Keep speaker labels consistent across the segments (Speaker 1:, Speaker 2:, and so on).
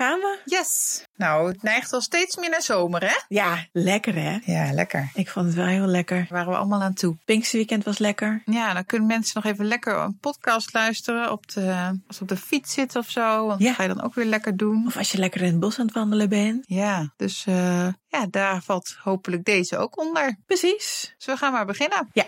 Speaker 1: gaan we?
Speaker 2: Yes. Nou, het neigt wel steeds meer naar zomer, hè?
Speaker 1: Ja, lekker hè?
Speaker 2: Ja, lekker.
Speaker 1: Ik vond het wel heel lekker.
Speaker 2: Daar waren we allemaal aan toe.
Speaker 1: Pinksterweekend was lekker.
Speaker 2: Ja, dan kunnen mensen nog even lekker een podcast luisteren als ze op de fiets zitten of zo. Want dat ga je dan ook weer lekker doen.
Speaker 1: Of als je lekker in het bos aan het wandelen bent.
Speaker 2: Ja, dus daar valt hopelijk deze ook onder.
Speaker 1: Precies.
Speaker 2: Dus we gaan maar beginnen.
Speaker 1: Ja.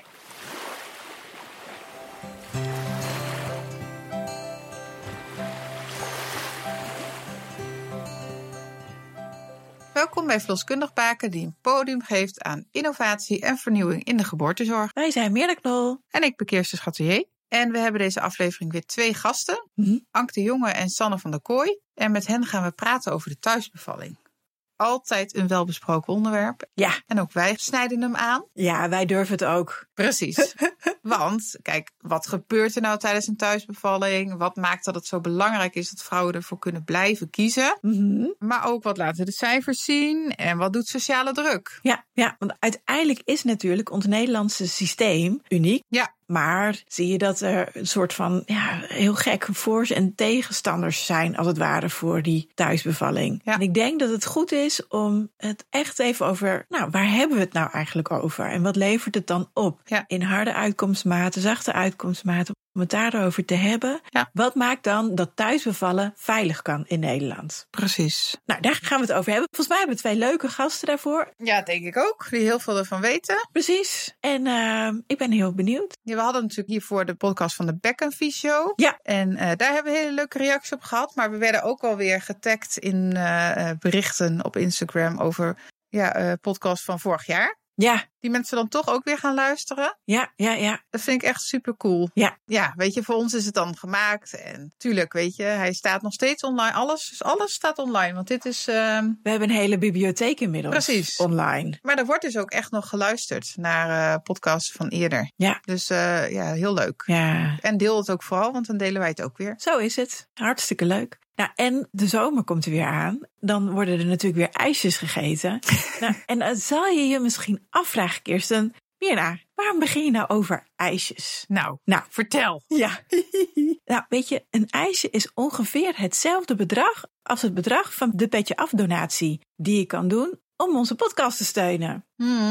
Speaker 2: Welkom bij Verloskundig Baken, die een podium geeft aan innovatie en vernieuwing in de geboortezorg.
Speaker 1: Wij zijn Meerle Knol.
Speaker 2: En ik ben Kirsten Schatelier. En we hebben deze aflevering weer 2 gasten. Ank de Jonge en Sanne van der Kooi. En met hen gaan we praten over de thuisbevalling. Altijd een welbesproken onderwerp.
Speaker 1: Ja.
Speaker 2: En ook wij snijden hem aan.
Speaker 1: Ja, wij durven het ook.
Speaker 2: Precies. Want, kijk, wat gebeurt er nou tijdens een thuisbevalling? Wat maakt dat het zo belangrijk is dat vrouwen ervoor kunnen blijven kiezen? Maar ook, wat laten de cijfers zien? En wat doet sociale druk?
Speaker 1: Ja, want uiteindelijk is natuurlijk ons Nederlandse systeem uniek.
Speaker 2: Ja.
Speaker 1: Maar zie je dat er een soort van heel gek voor's en tegenstanders zijn, als het ware, voor die thuisbevalling.
Speaker 2: Ja.
Speaker 1: En ik denk dat het goed is om het echt even over, waar hebben we het nou eigenlijk over? En wat levert het dan op?
Speaker 2: Ja.
Speaker 1: In harde uitkomstmaten, zachte uitkomstmaten, om het daarover te hebben.
Speaker 2: Ja.
Speaker 1: Wat maakt dan dat thuisbevallen veilig kan in Nederland?
Speaker 2: Precies.
Speaker 1: Nou, daar gaan we het over hebben. Volgens mij hebben we 2 leuke gasten daarvoor.
Speaker 2: Ja, denk ik ook. Die heel veel ervan weten.
Speaker 1: Precies. En ik ben heel benieuwd.
Speaker 2: Ja, we hadden natuurlijk hiervoor de podcast van de Beck & Vie Show.
Speaker 1: Ja.
Speaker 2: En daar hebben we hele leuke reacties op gehad. Maar we werden ook alweer getagd in berichten op Instagram over podcast van vorig jaar.
Speaker 1: Ja.
Speaker 2: Die mensen dan toch ook weer gaan luisteren.
Speaker 1: Ja.
Speaker 2: Dat vind ik echt super cool.
Speaker 1: Ja.
Speaker 2: Ja, weet je, voor ons is het dan gemaakt. En tuurlijk, weet je, hij staat nog steeds online. Alles staat online, want dit is...
Speaker 1: We hebben een hele bibliotheek inmiddels.
Speaker 2: Precies.
Speaker 1: Online.
Speaker 2: Maar er wordt dus ook echt nog geluisterd naar podcasts van eerder.
Speaker 1: Ja.
Speaker 2: Dus heel leuk.
Speaker 1: Ja.
Speaker 2: En deel het ook vooral, want dan delen wij het ook weer.
Speaker 1: Zo is het. Hartstikke leuk. Nou, en de zomer komt er weer aan. Dan worden er natuurlijk weer ijsjes gegeten. En dan zal je je misschien afvragen, Kirsten. Mirna, waarom begin je nou over ijsjes?
Speaker 2: Nou, vertel.
Speaker 1: Ja. Nou, weet je, een ijsje is ongeveer hetzelfde bedrag als het bedrag van de Petje Af donatie die je kan doen om onze podcast te steunen.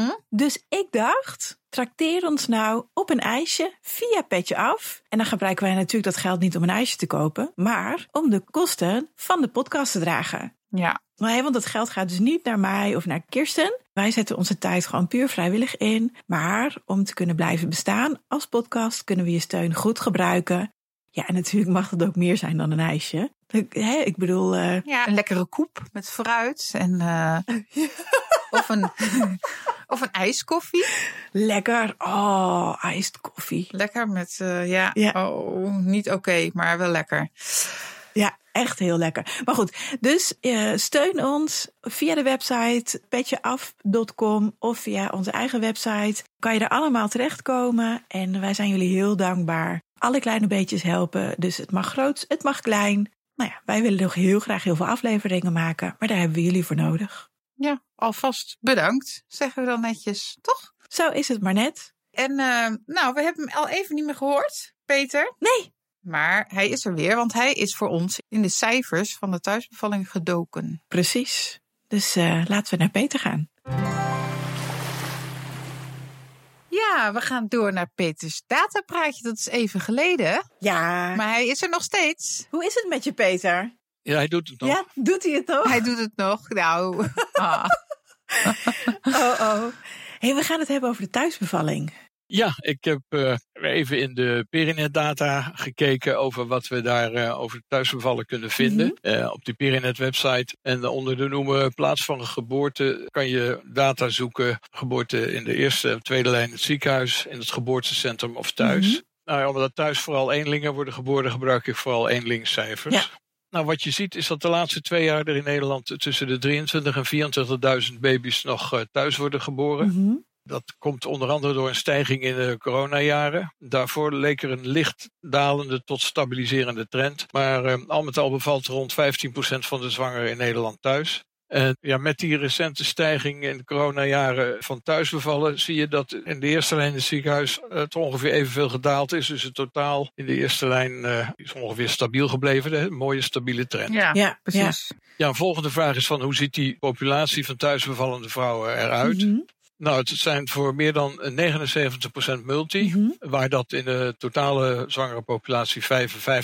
Speaker 1: Dus ik dacht, trakteer ons nou op een ijsje via Petje Af. En dan gebruiken wij natuurlijk dat geld niet om een ijsje te kopen, maar om de kosten van de podcast te dragen.
Speaker 2: Ja.
Speaker 1: Want dat geld gaat dus niet naar mij of naar Kirsten. Wij zetten onze tijd gewoon puur vrijwillig in. Maar om te kunnen blijven bestaan als podcast kunnen we je steun goed gebruiken. Ja, en natuurlijk mag het ook meer zijn dan een ijsje. Ik bedoel...
Speaker 2: een lekkere koep met fruit en... Of een ijskoffie.
Speaker 1: Lekker. Oh, iced koffie.
Speaker 2: Lekker met, Oh, niet oké, maar wel lekker.
Speaker 1: Ja, echt heel lekker. Maar goed, dus steun ons via de website petjeaf.com of via onze eigen website. Kan je er allemaal terechtkomen en wij zijn jullie heel dankbaar. Alle kleine beetjes helpen, dus het mag groot, het mag klein. Nou ja, wij willen nog heel graag heel veel afleveringen maken, maar daar hebben we jullie voor nodig.
Speaker 2: Ja, alvast bedankt, zeggen we dan netjes, toch?
Speaker 1: Zo is het maar net.
Speaker 2: En we hebben hem al even niet meer gehoord, Peter.
Speaker 1: Nee.
Speaker 2: Maar hij is er weer, want hij is voor ons in de cijfers van de thuisbevalling gedoken.
Speaker 1: Precies. Dus laten we naar Peter gaan.
Speaker 2: Ja, we gaan door naar Peters datapraatje. Dat is even geleden.
Speaker 1: Ja.
Speaker 2: Maar hij is er nog steeds.
Speaker 1: Hoe is het met je, Peter?
Speaker 3: Ja, hij doet het nog.
Speaker 1: Ja, doet hij het nog?
Speaker 2: Hij doet het nog. Nou.
Speaker 1: Oh. Hey, we gaan het hebben over de thuisbevalling.
Speaker 3: Ja, ik heb even in de Perinet-data gekeken over wat we daar over thuisbevallen kunnen vinden. Op die Perinet-website. En onder de noemer plaats van geboorte kan je data zoeken. Geboorte in de eerste of tweede lijn in het ziekenhuis, in het geboortecentrum of thuis. Nou, omdat thuis vooral eenlingen worden geboren, gebruik ik vooral eenlingscijfers. Ja. Nou, wat je ziet is dat de laatste 2 jaar er in Nederland tussen de 23.000 en 24.000 baby's nog thuis worden geboren. Dat komt onder andere door een stijging in de coronajaren. Daarvoor leek er een licht dalende tot stabiliserende trend. Maar al met al bevalt rond 15% van de zwangeren in Nederland thuis. En met die recente stijging in de coronajaren van thuisbevallen zie je dat in de eerste lijn in het ziekenhuis het ongeveer evenveel gedaald is. Dus het totaal in de eerste lijn is ongeveer stabiel gebleven. Een mooie stabiele trend.
Speaker 2: Ja, precies.
Speaker 3: Ja, een volgende vraag is van hoe ziet die populatie van thuisbevallende vrouwen eruit?
Speaker 1: Mm-hmm.
Speaker 3: Nou, het zijn voor meer dan 79% multi, waar dat in de totale zwangere populatie 55%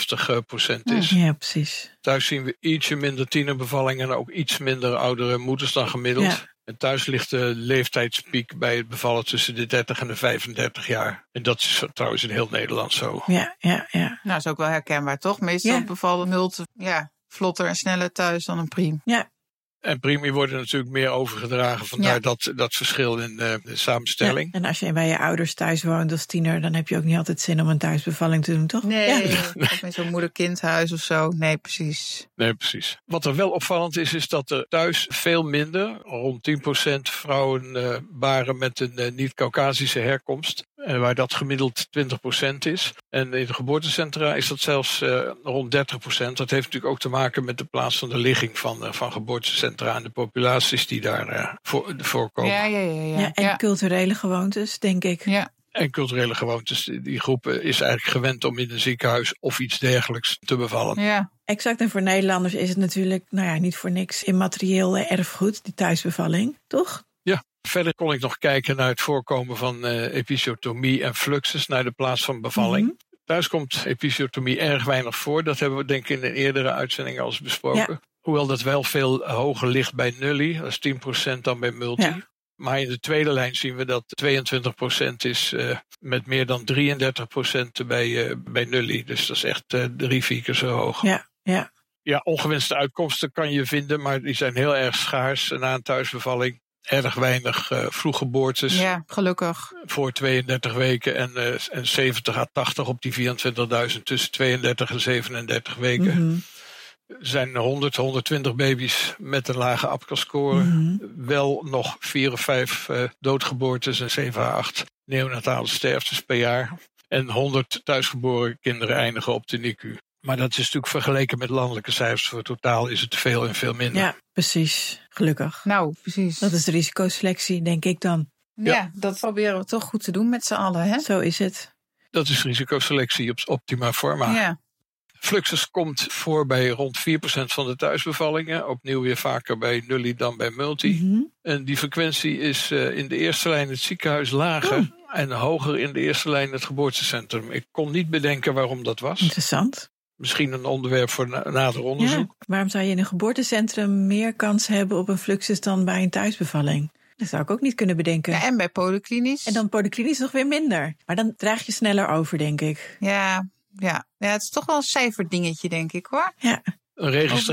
Speaker 3: is.
Speaker 1: Ja, precies.
Speaker 3: Thuis zien we ietsje minder tienerbevallingen en ook iets minder oudere moeders dan gemiddeld.
Speaker 1: Ja.
Speaker 3: En thuis ligt de leeftijdspiek bij het bevallen tussen de 30 en de 35 jaar. En dat is trouwens in heel Nederland zo.
Speaker 1: Ja.
Speaker 2: Nou, dat is ook wel herkenbaar, toch? Meestal bevallen multi, vlotter en sneller thuis dan een priem.
Speaker 1: Ja.
Speaker 3: En premie worden natuurlijk meer overgedragen. Vandaar dat verschil in de samenstelling.
Speaker 1: Ja, en als je bij je ouders thuis woont als tiener, dan heb je ook niet altijd zin om een thuisbevalling te doen, toch?
Speaker 2: Nee, of met zo'n moeder-kindhuis of zo. Nee, precies.
Speaker 3: Wat er wel opvallend is dat er thuis veel minder, rond 10% vrouwen baren met een niet-Caucasische herkomst. Waar dat gemiddeld 20% is. En in de geboortecentra is dat zelfs rond 30%. Dat heeft natuurlijk ook te maken met de plaats van de ligging van geboortecentra en de populaties die daar voorkomen.
Speaker 1: Ja, en culturele gewoontes, denk ik.
Speaker 2: Ja.
Speaker 3: En culturele gewoontes. Die groep is eigenlijk gewend om in een ziekenhuis of iets dergelijks te bevallen.
Speaker 2: Ja.
Speaker 1: Exact, en voor Nederlanders is het natuurlijk niet voor niks immaterieel erfgoed, die thuisbevalling, toch?
Speaker 3: Ja. Verder kon ik nog kijken naar het voorkomen van episiotomie en fluxus naar de plaats van bevalling. Mm-hmm. Thuis komt episiotomie erg weinig voor. Dat hebben we denk ik in een eerdere uitzending al eens besproken. Ja. Hoewel dat wel veel hoger ligt bij nulli. Dat is 10% dan bij multi. Ja. Maar in de tweede lijn zien we dat 22% is met meer dan 33% bij nulli. Dus dat is echt 3-4 keer zo hoog.
Speaker 1: Ja.
Speaker 3: Ja, ongewenste uitkomsten kan je vinden, maar die zijn heel erg schaars na een thuisbevalling. Erg weinig vroeggeboortes.
Speaker 2: Ja, gelukkig.
Speaker 3: Voor 32 weken en 70 à 80 op die 24.000 tussen 32 en 37 weken.
Speaker 1: Mm-hmm.
Speaker 3: Er zijn 120 baby's met een lage APGAR-score. Mm-hmm. Wel nog 4 of 5 doodgeboortes en 7 à 8 neonatale sterftes per jaar. En 100 thuisgeboren kinderen eindigen op de NICU. Maar dat is natuurlijk vergeleken met landelijke cijfers. Voor totaal is het veel en veel minder.
Speaker 1: Ja, precies. Gelukkig.
Speaker 2: Nou, precies.
Speaker 1: Dat is de risicoselectie, denk ik dan.
Speaker 2: Ja, dat proberen we toch goed te doen met z'n allen, hè?
Speaker 1: Zo is het.
Speaker 3: Dat is risicoselectie op optima forma.
Speaker 2: Ja.
Speaker 3: Fluxus komt voor bij rond 4% van de thuisbevallingen. Opnieuw weer vaker bij nulli dan bij multi.
Speaker 1: Mm-hmm.
Speaker 3: En die frequentie is in de eerste lijn het ziekenhuis lager. En hoger in de eerste lijn het geboortecentrum. Ik kon niet bedenken waarom dat was.
Speaker 1: Interessant.
Speaker 3: Misschien een onderwerp voor nader onderzoek.
Speaker 1: Ja, waarom zou je in een geboortecentrum meer kans hebben op een fluxus dan bij een thuisbevalling? Dat zou ik ook niet kunnen bedenken.
Speaker 2: Ja, en bij polyklinisch.
Speaker 1: En dan polyklinisch nog weer minder. Maar dan draag je sneller over, denk ik.
Speaker 2: Ja, het is toch wel een cijferdingetje, denk ik, hoor.
Speaker 1: Ja.
Speaker 3: Een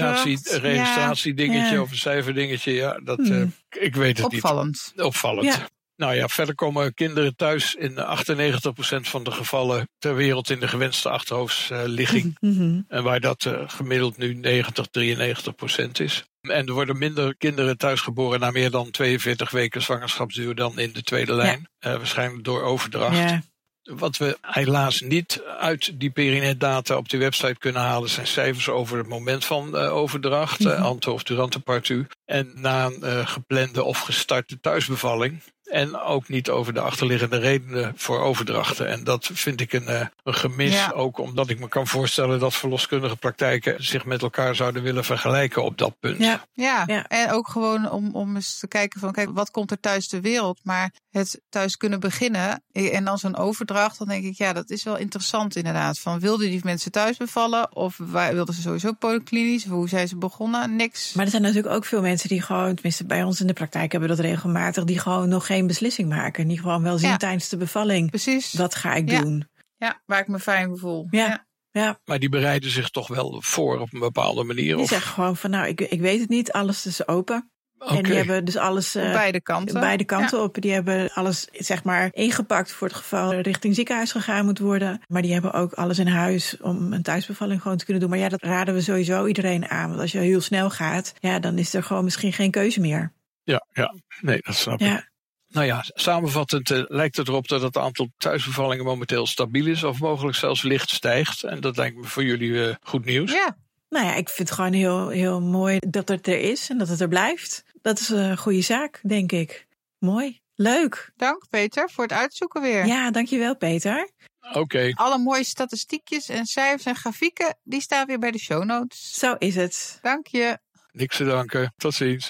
Speaker 3: registratiedingetje of een cijferdingetje. Ja, dat, ik weet het
Speaker 2: Opvallend.
Speaker 3: niet. Opvallend.
Speaker 1: Ja.
Speaker 3: Nou ja, verder komen kinderen thuis in 98% van de gevallen ter wereld in de gewenste achterhoofdsligging.
Speaker 1: Mm-hmm.
Speaker 3: En waar dat gemiddeld nu 93% is. En er worden minder kinderen thuisgeboren na meer dan 42 weken zwangerschapsduur dan in de tweede lijn. Waarschijnlijk door overdracht.
Speaker 1: Ja.
Speaker 3: Wat we helaas niet uit die Perinet-data op die website kunnen halen zijn cijfers over het moment van overdracht, ante of durante partu. En na een geplande of gestarte thuisbevalling. En ook niet over de achterliggende redenen voor overdrachten. En dat vind ik een gemis. Ook omdat ik me kan voorstellen dat verloskundige praktijken zich met elkaar zouden willen vergelijken op dat punt.
Speaker 2: Ja. En ook gewoon om eens te kijken van, kijk, wat komt er thuis ter wereld? Maar het thuis kunnen beginnen en dan zo'n overdracht, dan denk ik, ja, dat is wel interessant inderdaad. Van, wilden die mensen thuis bevallen? Of wilden ze sowieso polyklinisch? Of hoe zijn ze begonnen? Niks.
Speaker 1: Maar er zijn natuurlijk ook veel mensen die gewoon, tenminste bij ons in de praktijk hebben we dat regelmatig, die gewoon nog geen beslissing maken. Die gewoon wel zien tijdens de bevalling.
Speaker 2: Precies.
Speaker 1: Wat ga ik doen?
Speaker 2: Ja, waar ik me fijn voel.
Speaker 1: Ja.
Speaker 3: Maar die bereiden zich toch wel voor op een bepaalde manier?
Speaker 1: Die zeggen gewoon van, nou, ik weet het niet. Alles is open.
Speaker 3: Okay.
Speaker 1: En die hebben dus alles
Speaker 2: beide kanten
Speaker 1: op. Die hebben alles, zeg maar, ingepakt voor het geval er richting ziekenhuis gegaan moet worden. Maar die hebben ook alles in huis om een thuisbevalling gewoon te kunnen doen. Maar ja, dat raden we sowieso iedereen aan. Want als je heel snel gaat, dan is er gewoon misschien geen keuze meer.
Speaker 3: Ja. Nee, dat snap ik. Nou ja, samenvattend lijkt het erop dat het aantal thuisbevallingen momenteel stabiel is of mogelijk zelfs licht stijgt. En dat lijkt me voor jullie goed nieuws.
Speaker 2: Ja.
Speaker 1: Nou ja, ik vind het gewoon heel, heel mooi dat het er is en dat het er blijft. Dat is een goede zaak, denk ik. Mooi. Leuk.
Speaker 2: Dank Peter voor het uitzoeken weer.
Speaker 1: Ja, dankjewel Peter.
Speaker 3: Oké.
Speaker 2: Alle mooie statistiekjes en cijfers en grafieken, die staan weer bij de show notes.
Speaker 1: Zo is het.
Speaker 2: Dank je.
Speaker 3: Niks te danken. Tot ziens.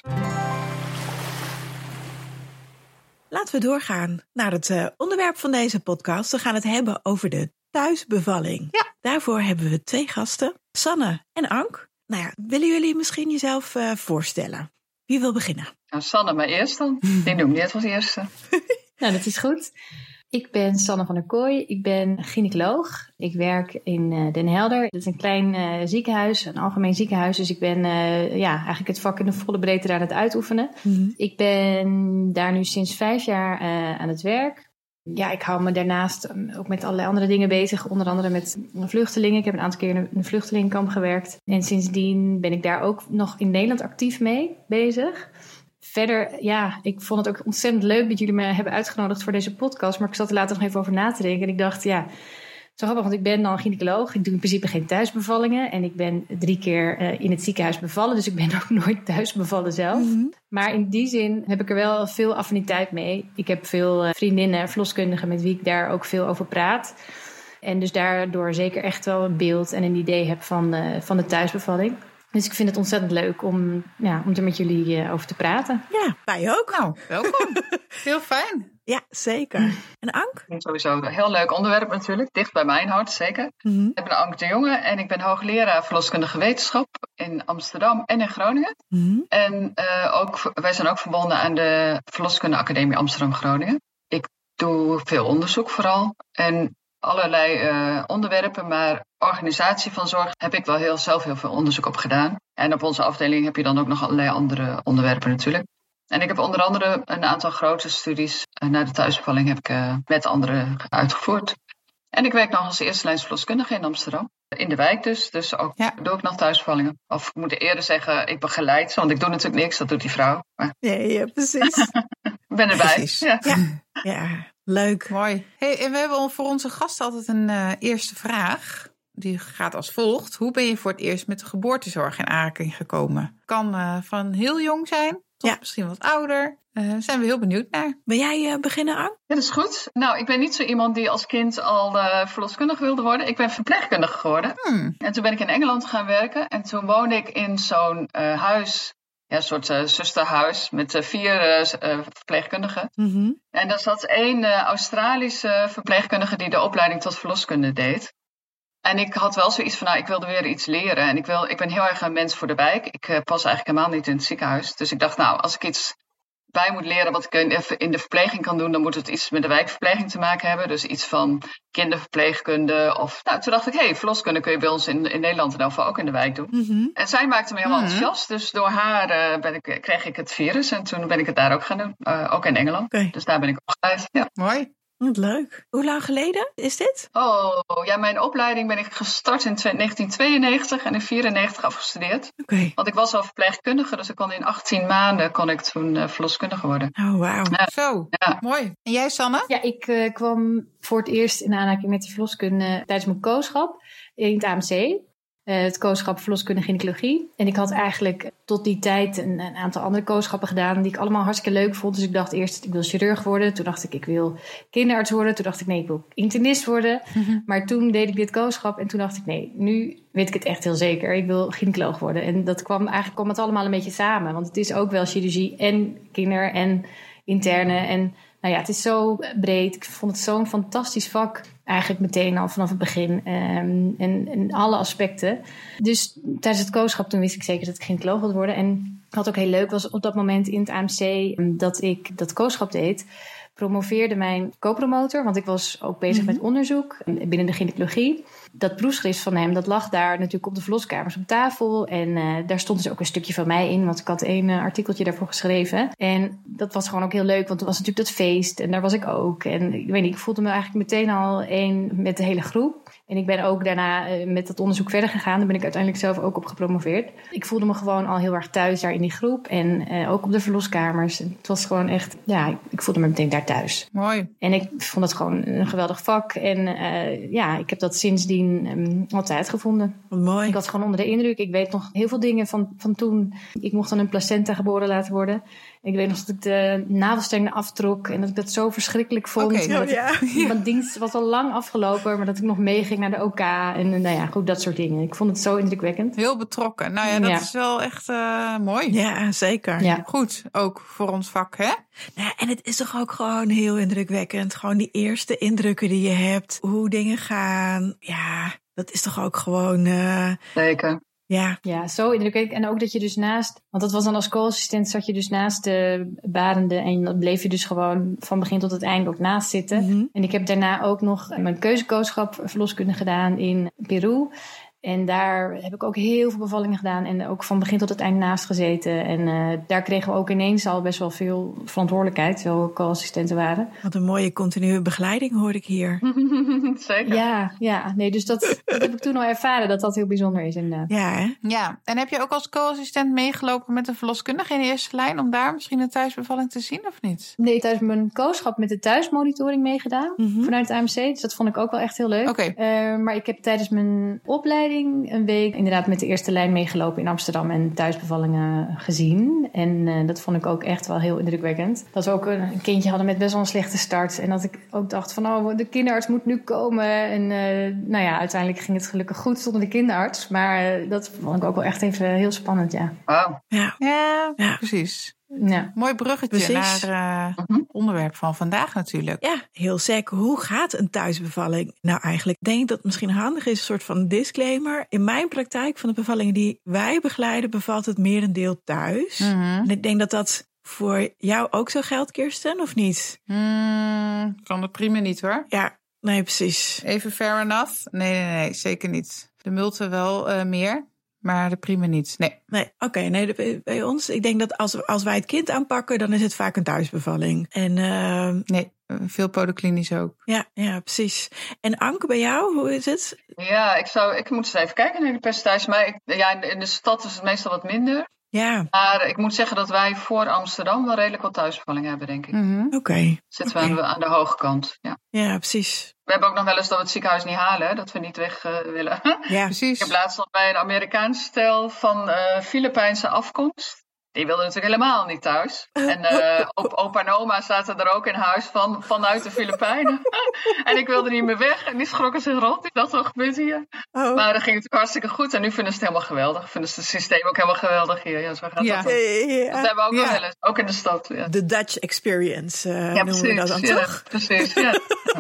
Speaker 1: Laten we doorgaan naar het onderwerp van deze podcast. We gaan het hebben over de thuisbevalling.
Speaker 2: Ja.
Speaker 1: Daarvoor hebben we 2 gasten, Sanne en Ank. Nou ja, willen jullie misschien jezelf voorstellen? Wie wil beginnen?
Speaker 4: Nou, Sanne maar eerst dan. Die noem je het als eerste.
Speaker 5: Nou, dat is goed. Ik ben Sanne van der Kooi. Ik ben gynaecoloog. Ik werk in Den Helder. Dat is een klein ziekenhuis, een algemeen ziekenhuis. Dus ik ben eigenlijk het vak in de volle breedte daar aan het uitoefenen.
Speaker 1: Mm-hmm.
Speaker 5: Ik ben daar nu sinds 5 jaar aan het werk. Ja, ik hou me daarnaast ook met allerlei andere dingen bezig. Onder andere met vluchtelingen. Ik heb een aantal keer in een vluchtelingenkamp gewerkt. En sindsdien ben ik daar ook nog in Nederland actief mee bezig. Verder, ja, ik vond het ook ontzettend leuk dat jullie me hebben uitgenodigd voor deze podcast. Maar ik zat er later nog even over na te denken. En ik dacht, ja, zo grappig, want ik ben dan gynaecoloog. Ik doe in principe geen thuisbevallingen. En ik ben 3 keer in het ziekenhuis bevallen. Dus ik ben ook nooit thuis bevallen zelf.
Speaker 1: Mm-hmm.
Speaker 5: Maar in die zin heb ik er wel veel affiniteit mee. Ik heb veel vriendinnen, verloskundigen met wie ik daar ook veel over praat. En dus daardoor zeker echt wel een beeld en een idee heb van de thuisbevalling. Dus ik vind het ontzettend leuk om er met jullie over te praten.
Speaker 1: Ja, wij ook.
Speaker 2: Nou, welkom. Heel fijn.
Speaker 1: Ja, zeker. En Ank?
Speaker 4: Sowieso een heel leuk onderwerp natuurlijk. Dicht bij mijn hart, zeker.
Speaker 1: Mm-hmm.
Speaker 4: Ik ben Ank de Jonge en ik ben hoogleraar verloskundige wetenschap in Amsterdam en in Groningen.
Speaker 1: Mm-hmm.
Speaker 4: En wij zijn ook verbonden aan de Verloskunde Academie Amsterdam-Groningen. Ik doe veel onderzoek vooral en allerlei onderwerpen, maar organisatie van zorg heb ik wel zelf heel veel onderzoek op gedaan. En op onze afdeling heb je dan ook nog allerlei andere onderwerpen natuurlijk. En ik heb onder andere een aantal grote studies naar de thuisbevalling heb ik met anderen uitgevoerd. En ik werk nog als eerste lijns verloskundige in Amsterdam. In de wijk dus. Dus ook doe ik nog thuisbevallingen. Of ik moet eerder zeggen, ik begeleid ze. Want ik doe natuurlijk niks, dat doet die vrouw. Maar
Speaker 1: Ja, precies.
Speaker 4: ik ben erbij.
Speaker 2: Precies.
Speaker 1: Ja, leuk.
Speaker 2: Mooi. Hey, en we hebben voor onze gasten altijd een eerste vraag. Die gaat als volgt. Hoe ben je voor het eerst met de geboortezorg in aanraking gekomen? Kan van heel jong zijn tot misschien wat ouder. Zijn we heel benieuwd naar.
Speaker 1: Wil jij beginnen, Ank?
Speaker 4: Ja, dat is goed. Nou, ik ben niet zo iemand die als kind al verloskundige wilde worden. Ik ben verpleegkundige geworden. En toen ben ik in Engeland gaan werken. En toen woonde ik in zo'n huis, een soort zusterhuis met 4 verpleegkundigen.
Speaker 1: Mm-hmm.
Speaker 4: En daar zat 1 Australische verpleegkundige die de opleiding tot verloskunde deed. En ik had wel zoiets van, ik wilde weer iets leren. En ik ben heel erg een mens voor de wijk. Ik pas eigenlijk helemaal niet in het ziekenhuis. Dus ik dacht, als ik iets bij moet leren wat ik in de verpleging kan doen, dan moet het iets met de wijkverpleging te maken hebben. Dus iets van kinderverpleegkunde. Toen dacht ik, verloskunde kun je bij ons in Nederland in elk geval ook in de wijk doen.
Speaker 1: Mm-hmm.
Speaker 4: En zij maakte me helemaal enthousiast. Dus door haar kreeg ik het virus. En toen ben ik het daar ook gaan doen. Ook in Engeland.
Speaker 1: Okay.
Speaker 4: Dus daar ben ik opgeleid. Ja.
Speaker 2: Mooi.
Speaker 1: Wat leuk. Hoe lang geleden is dit?
Speaker 4: Mijn opleiding ben ik gestart in 1992 en in 1994 afgestudeerd.
Speaker 1: Oké.
Speaker 4: Want ik was al verpleegkundige, dus ik kon in 18 maanden toen verloskundige worden.
Speaker 1: Oh, wauw.
Speaker 4: Ja.
Speaker 2: Zo, mooi. En jij, Sanne?
Speaker 5: Ja, ik kwam voor het eerst in aanraking met de verloskunde tijdens mijn kooschap in het AMC. Het kooschap verloskunde gynaecologie. En ik had eigenlijk tot die tijd een aantal andere kooschappen gedaan die ik allemaal hartstikke leuk vond. Dus ik dacht eerst, ik wil chirurg worden. Toen dacht ik wil kinderarts worden. Toen dacht ik, nee, ik wil internist worden. Mm-hmm. Maar toen deed ik dit kooschap en toen dacht ik, nee, nu weet ik het echt heel zeker. Ik wil gynaecoloog worden. En dat kwam het allemaal een beetje samen. Want het is ook wel chirurgie en kinder en interne. En het is zo breed. Ik vond het zo'n fantastisch vak. Eigenlijk meteen al vanaf het begin. En alle aspecten. Dus tijdens het kooschap toen wist ik zeker dat ik gynaecoloog wilde worden. En wat ook heel leuk was op dat moment in het AMC dat ik dat kooschap deed, promoveerde mijn co-promotor. Want ik was ook bezig met onderzoek binnen de gynaecologie. Dat proefschrift van hem, dat lag daar natuurlijk op de verloskamers op tafel. En daar stond dus ook een stukje van mij in. Want ik had 1 artikeltje daarvoor geschreven. En dat was gewoon ook heel leuk. Want er was natuurlijk dat feest. En daar was ik ook. En ik weet niet, ik voelde me eigenlijk meteen al één met de hele groep. En ik ben ook daarna met dat onderzoek verder gegaan. Daar ben ik uiteindelijk zelf ook op gepromoveerd. Ik voelde me gewoon al heel erg thuis daar in die groep. En ook op de verloskamers. Het was gewoon echt, ik voelde me meteen daar thuis.
Speaker 2: Mooi.
Speaker 5: En ik vond het gewoon een geweldig vak. En ik heb dat sindsdien altijd gevonden.
Speaker 1: Wat mooi.
Speaker 5: Ik was gewoon onder de indruk. Ik weet nog heel veel dingen van toen. Ik mocht dan een placenta geboren laten worden. Ik weet nog dat ik de navelstreng aftrok. En dat ik dat zo verschrikkelijk vond. Mijn dienst was al lang afgelopen. Maar dat ik nog meeging naar de OK. En goed, dat soort dingen. Ik vond het zo indrukwekkend.
Speaker 2: Heel betrokken. Nou ja, dat is wel echt mooi.
Speaker 1: Ja, zeker.
Speaker 5: Ja.
Speaker 2: Goed, ook voor ons vak, hè?
Speaker 1: Nou, en het is toch ook gewoon heel indrukwekkend. Gewoon die eerste indrukken die je hebt. Hoe dingen gaan. Ja, dat is toch ook gewoon...
Speaker 4: Zeker.
Speaker 5: Ja, zo indrukwekkend. En ook dat je dus naast... Want dat was dan als co-assistent, zat je dus naast de barende. En dan bleef je dus gewoon van begin tot het einde ook naast zitten.
Speaker 1: Mm-hmm.
Speaker 5: En ik heb daarna ook nog mijn keuzecoachschap verloskunde gedaan in Peru. En daar heb ik ook heel veel bevallingen gedaan. En ook van begin tot het eind naast gezeten. En daar kregen we ook ineens al best wel veel verantwoordelijkheid. Terwijl we co-assistenten waren.
Speaker 1: Wat een mooie continue begeleiding hoor ik hier.
Speaker 4: Zeker.
Speaker 5: Ja. Nee, dus dat heb ik toen al ervaren dat heel bijzonder is inderdaad.
Speaker 1: Ja, hè?
Speaker 2: Ja, en heb je ook als co-assistent meegelopen met een verloskundige in de eerste lijn... om daar misschien een thuisbevalling te zien of niet?
Speaker 5: Nee, tijdens mijn co-schap met de thuismonitoring meegedaan. Vanuit het AMC. Dus dat vond ik ook wel echt heel leuk.
Speaker 2: Oké.
Speaker 5: Maar ik heb tijdens mijn opleiding een week inderdaad met de eerste lijn meegelopen in Amsterdam en thuisbevallingen gezien. En dat vond ik ook echt wel heel indrukwekkend. Dat we ook een kindje hadden met best wel een slechte start. En dat ik ook dacht van, de kinderarts moet nu komen. En uiteindelijk ging het gelukkig goed zonder de kinderarts. Maar dat vond ik ook wel echt even heel spannend, ja.
Speaker 4: Wauw.
Speaker 2: Ja, precies.
Speaker 5: Ja.
Speaker 2: Mooi bruggetje naar het onderwerp van vandaag natuurlijk.
Speaker 1: Ja, heel zeker. Hoe gaat een thuisbevalling? Nou, eigenlijk denk ik dat het misschien handig is, een soort van disclaimer. In mijn praktijk van de bevallingen die wij begeleiden, bevalt het merendeel thuis. En ik denk dat dat voor jou ook zo geldt, Kirsten, of niet?
Speaker 2: Kan het prima niet hoor.
Speaker 1: Ja, nee, precies.
Speaker 2: Even fair enough? Nee, zeker niet. De multe wel meer. Maar de prima niet. Nee.
Speaker 1: Oké, nee, bij ons. Ik denk dat als wij het kind aanpakken, dan is het vaak een thuisbevalling. En,
Speaker 2: nee, veel polyklinisch ook.
Speaker 1: Ja, precies. En Anke, bij jou, hoe is het?
Speaker 4: Ja, ik moet eens even kijken naar de percentage. Maar in de stad is het meestal wat minder.
Speaker 1: Ja.
Speaker 4: Maar ik moet zeggen dat wij voor Amsterdam wel redelijk wat thuisbevallingen hebben, denk ik.
Speaker 1: Oké.
Speaker 4: Zitten we aan de hoge kant.
Speaker 1: Ja, precies.
Speaker 4: We hebben ook nog wel eens dat we het ziekenhuis niet halen, hè, dat we niet weg willen.
Speaker 1: Ja,
Speaker 2: precies.
Speaker 4: Ik heb laatst nog bij een Amerikaans stel van Filipijnse afkomst. Die wilden natuurlijk helemaal niet thuis. En opa en oma zaten er ook in huis vanuit de Filipijnen. En ik wilde niet meer weg. En die schrokken zich rond. Die dacht, wat gebeurt hier? Maar dan ging het natuurlijk hartstikke goed. En nu vinden ze het helemaal geweldig. Vinden ze het systeem ook helemaal geweldig hier. Ja, zo gaat dat. Dat hebben we ook nog wel eens. Ook in de stad. Ja.
Speaker 1: De Dutch experience noemen we dat dan toch?
Speaker 4: Precies, ja.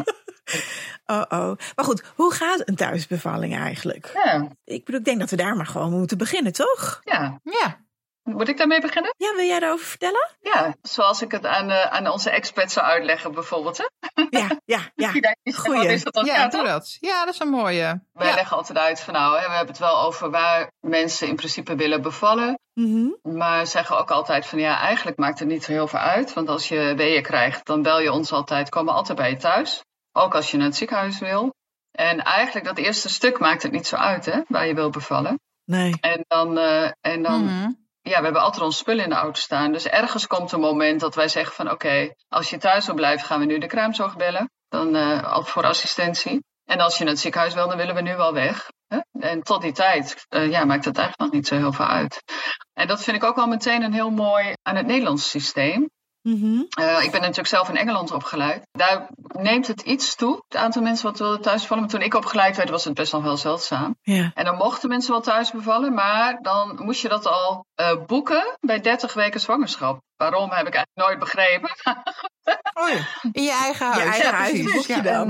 Speaker 1: Maar goed, hoe gaat een thuisbevalling eigenlijk?
Speaker 4: Ja.
Speaker 1: Ik denk dat we daar maar gewoon moeten beginnen, toch?
Speaker 4: Ja. Moet ik daarmee beginnen?
Speaker 1: Ja, wil jij daarover vertellen?
Speaker 4: Ja, zoals ik het aan onze experts zou uitleggen bijvoorbeeld. Hè?
Speaker 1: Ja.
Speaker 4: Goeie. Is dat dan
Speaker 2: doe dat. Ja, dat is een mooie.
Speaker 4: Wij leggen altijd uit van we hebben het wel over waar mensen in principe willen bevallen. Maar zeggen ook altijd van eigenlijk maakt het niet zo heel veel uit. Want als je weeën krijgt, dan bel je ons altijd, komen we altijd bij je thuis. Ook als je naar het ziekenhuis wil. En eigenlijk dat eerste stuk maakt het niet zo uit, hè, waar je wil bevallen.
Speaker 1: Nee.
Speaker 4: En dan we hebben altijd ons spullen in de auto staan. Dus ergens komt een moment dat wij zeggen van oké, als je thuis wil blijven, gaan we nu de kraamzorg bellen. Dan voor assistentie. En als je naar het ziekenhuis wil, dan willen we nu wel weg. Hè? En tot die tijd maakt het eigenlijk nog niet zo heel veel uit. En dat vind ik ook wel meteen een heel mooi aan het Nederlandse systeem. Ik ben natuurlijk zelf in Engeland opgeleid. Daar neemt het iets toe, het aantal mensen wat wilden thuis bevallen. Maar toen ik opgeleid werd, was het best nog wel zeldzaam.
Speaker 1: Ja. En
Speaker 4: dan mochten mensen wel thuis bevallen, maar dan moest je dat al boeken bij 30 weken zwangerschap. Waarom, heb ik eigenlijk nooit begrepen.
Speaker 2: In je eigen huis.
Speaker 1: Precies. Boek je dan.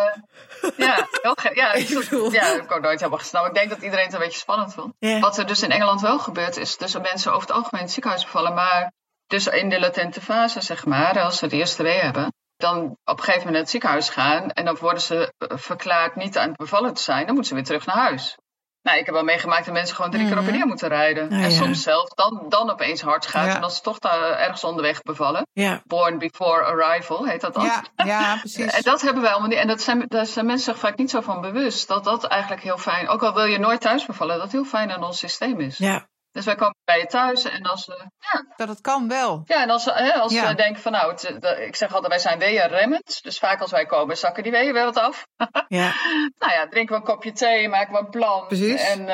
Speaker 4: Heb ik ook nooit helemaal gesnapt. Ik denk dat iedereen het een beetje spannend vond. Yeah. Wat er dus in Engeland wel gebeurt, is dus dat mensen over het algemeen in het ziekenhuis bevallen, maar dus in de latente fase, zeg maar, als ze de eerste wee hebben, dan op een gegeven moment naar het ziekenhuis gaan en dan worden ze verklaard niet aan het bevallen te zijn, dan moeten ze weer terug naar huis. Nou, ik heb wel meegemaakt dat mensen gewoon 3 keer op en neer moeten rijden. En soms zelfs dan opeens hard gaat. En als ze toch daar ergens onderweg bevallen. Ja. Born before arrival heet dat dan.
Speaker 2: Ja, precies.
Speaker 4: En dat hebben wij allemaal niet. En daar zijn mensen zich vaak niet zo van bewust. Dat eigenlijk heel fijn, ook al wil je nooit thuis bevallen, dat heel fijn aan ons systeem is. Ja. Dus wij komen bij je thuis en als
Speaker 2: dat het kan wel.
Speaker 4: Ja, en als we denken van ik zeg altijd, wij zijn weeënremmend. Dus vaak als wij komen, zakken die weeën weer wat af. Ja. Nou ja, drinken we een kopje thee, maken we een plan. Precies. En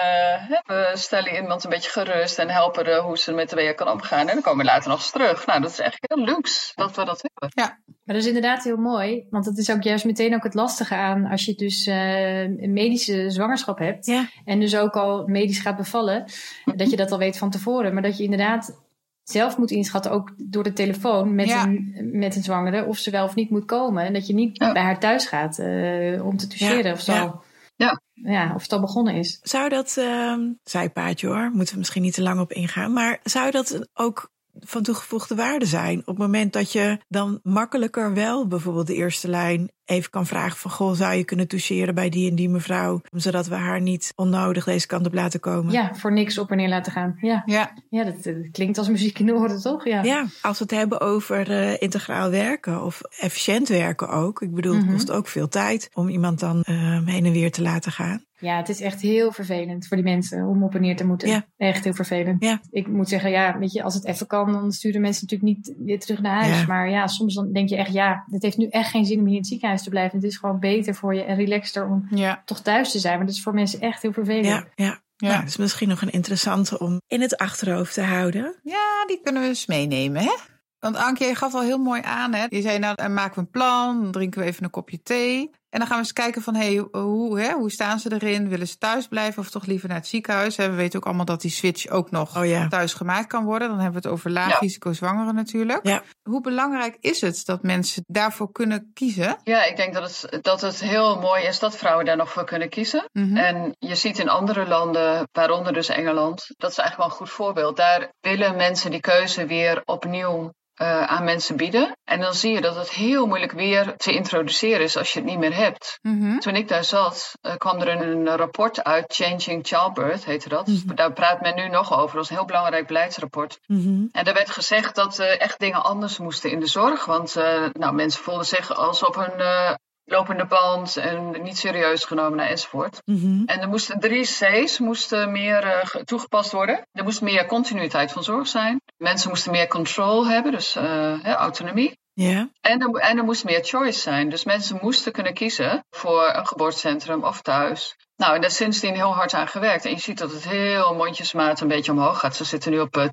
Speaker 4: we stellen iemand een beetje gerust en helpen hoe ze met de weeën kan omgaan. En dan komen we later nog eens terug. Nou, dat is echt heel luxe dat we dat hebben.
Speaker 5: Ja. Maar dat is inderdaad heel mooi. Want dat is ook juist meteen ook het lastige aan als je dus een medische zwangerschap hebt. Ja. En dus ook al medisch gaat bevallen. Dat je dat al weet van tevoren. Maar dat je inderdaad zelf moet inschatten, ook door de telefoon met een zwangere, of ze wel of niet moet komen. En dat je niet bij haar thuis gaat om te toucheren of zo. Ja, of het al begonnen is.
Speaker 1: Zou dat, zijpaadje hoor, moeten we misschien niet te lang op ingaan. Maar zou dat ook van toegevoegde waarde zijn op het moment dat je dan makkelijker wel bijvoorbeeld de eerste lijn even kan vragen van goh, zou je kunnen toucheren bij die en die mevrouw, zodat we haar niet onnodig deze kant op laten komen?
Speaker 5: Ja, voor niks op en neer laten gaan. Ja, dat klinkt als muziek in de oren, toch? Ja,
Speaker 1: als we het hebben over integraal werken of efficiënt werken ook. Ik bedoel, het kost ook veel tijd om iemand dan heen en weer te laten gaan.
Speaker 5: Ja, het is echt heel vervelend voor die mensen om op en neer te moeten. Ja. Echt heel vervelend. Ja. Ik moet zeggen, weet je, als het even kan, dan sturen mensen natuurlijk niet weer terug naar huis. Ja. Maar soms dan denk je echt, het heeft nu echt geen zin om hier in het ziekenhuis te blijven. Het is gewoon beter voor je en relaxter om toch thuis te zijn. Maar dat is voor mensen echt heel vervelend.
Speaker 1: Ja. Nou, dat is misschien nog een interessante om in het achterhoofd te houden.
Speaker 2: Ja, die kunnen we eens meenemen, hè? Want Anke, je gaf al heel mooi aan, hè? Je zei, dan maken we een plan, dan drinken we even een kopje thee. En dan gaan we eens kijken van, hoe staan ze erin? Willen ze thuis blijven of toch liever naar het ziekenhuis? We weten ook allemaal dat die switch ook nog thuis gemaakt kan worden. Dan hebben we het over laag risico zwangeren natuurlijk. Ja. Hoe belangrijk is het dat mensen daarvoor kunnen kiezen?
Speaker 4: Ja, ik denk dat het heel mooi is dat vrouwen daar nog voor kunnen kiezen. Mm-hmm. En je ziet in andere landen, waaronder dus Engeland, dat is eigenlijk wel een goed voorbeeld. Daar willen mensen die keuze weer opnieuw aan mensen bieden. En dan zie je dat het heel moeilijk weer te introduceren is als je het niet meer hebt. Mm-hmm. Toen ik daar zat, kwam er een rapport uit, Changing Childbirth heette dat. Mm-hmm. Daar praat men nu nog over. Dat is een heel belangrijk beleidsrapport. Mm-hmm. En daar werd gezegd dat echt dingen anders moesten in de zorg. Want mensen voelden zich als op hun lopende band en niet serieus genomen enzovoort. Mm-hmm. En er moesten 3 C's meer toegepast worden. Er moest meer continuïteit van zorg zijn. Mensen moesten meer control hebben, dus autonomie. Yeah. En er moest meer choice zijn. Dus mensen moesten kunnen kiezen voor een geboortecentrum of thuis. Nou, en daar is sindsdien heel hard aan gewerkt. En je ziet dat het heel mondjesmaat een beetje omhoog gaat. Ze zitten nu op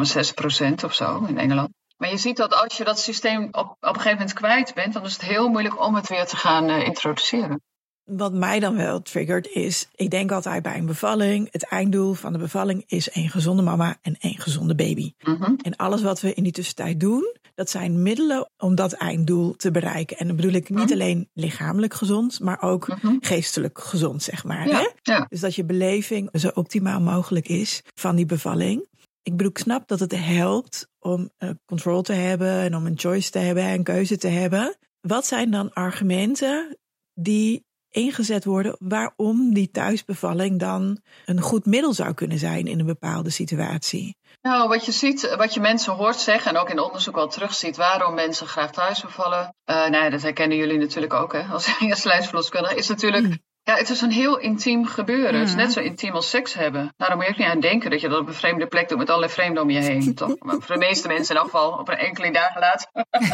Speaker 4: 2,6% of zo in Engeland. Maar je ziet dat als je dat systeem op een gegeven moment kwijt bent, dan is het heel moeilijk om het weer te gaan introduceren.
Speaker 1: Wat mij dan wel triggert is, ik denk altijd bij een bevalling, het einddoel van de bevalling is 1 gezonde mama en 1 gezonde baby. Mm-hmm. En alles wat we in die tussentijd doen, dat zijn middelen om dat einddoel te bereiken. En dan bedoel ik niet alleen lichamelijk gezond, maar ook geestelijk gezond, zeg maar.
Speaker 4: Ja.
Speaker 1: Hè?
Speaker 4: Ja.
Speaker 1: Dus dat je beleving zo optimaal mogelijk is van die bevalling. Ik bedoel, ik snap dat het helpt om control te hebben en om een choice te hebben en keuze te hebben. Wat zijn dan argumenten die ingezet worden waarom die thuisbevalling dan een goed middel zou kunnen zijn in een bepaalde situatie?
Speaker 4: Nou, wat je ziet, wat je mensen hoort zeggen en ook in onderzoek wel terugziet, waarom mensen graag thuis bevallen. Dat herkennen jullie natuurlijk ook, hè, als eerstelijnsverloskundige, is natuurlijk. Ja, het is een heel intiem gebeuren. Het is net zo intiem als seks hebben. Nou, daar moet je ook niet aan denken dat je dat op een vreemde plek doet met allerlei vreemden om je heen. Toch? Maar voor de meeste mensen in elk geval op een enkele dagen laat.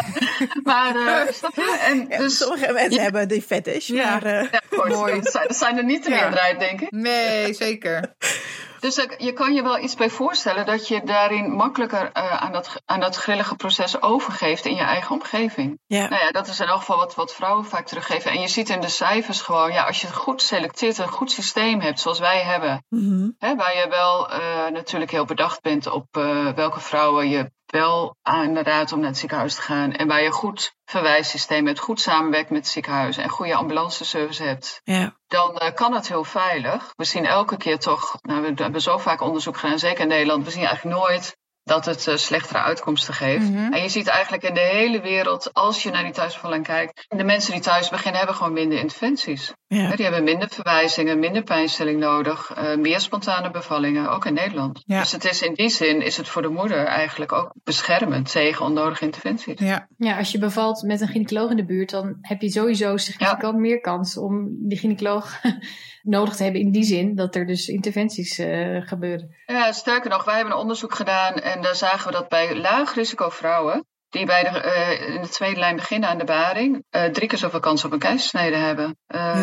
Speaker 4: Maar snap je? En dus,
Speaker 1: sommige mensen hebben die fetish.
Speaker 4: Ja, maar, mooi. Dat zijn er niet de meerderheid, denk ik.
Speaker 2: Nee, zeker.
Speaker 4: Dus je kan je wel iets bij voorstellen dat je daarin makkelijker aan dat grillige proces overgeeft in je eigen omgeving. Ja. Nou ja, dat is in elk geval wat vrouwen vaak teruggeven. En je ziet in de cijfers gewoon, als je het goed selecteert, een goed systeem hebt zoals wij hebben. Mm-hmm. Waar je wel natuurlijk heel bedacht bent op welke vrouwen je wel aanraadt om naar het ziekenhuis te gaan. En waar je goed verwijssysteem hebt, goed samenwerkt met het ziekenhuis en goede ambulanceservice hebt. Ja. Dan kan het heel veilig. We zien elke keer toch, we hebben zo vaak onderzoek gedaan, zeker in Nederland, we zien eigenlijk nooit dat het slechtere uitkomsten geeft. Mm-hmm. En je ziet eigenlijk in de hele wereld, als je naar die thuisbevalling kijkt, de mensen die thuis beginnen hebben gewoon minder interventies. Ja. Die hebben minder verwijzingen, minder pijnstilling nodig, meer spontane bevallingen, ook in Nederland. Ja. Dus het is in die zin is het voor de moeder eigenlijk ook beschermend tegen onnodige interventies.
Speaker 5: Ja, als je bevalt met een gynaecoloog in de buurt, dan heb je sowieso significant meer kans om die gynaecoloog nodig te hebben in die zin dat er dus interventies gebeuren.
Speaker 4: Ja, sterker nog, wij hebben een onderzoek gedaan en daar zagen we dat bij laag risico vrouwen die bij in de tweede lijn beginnen aan de baring 3 keer zoveel kans op een keizersnede hebben.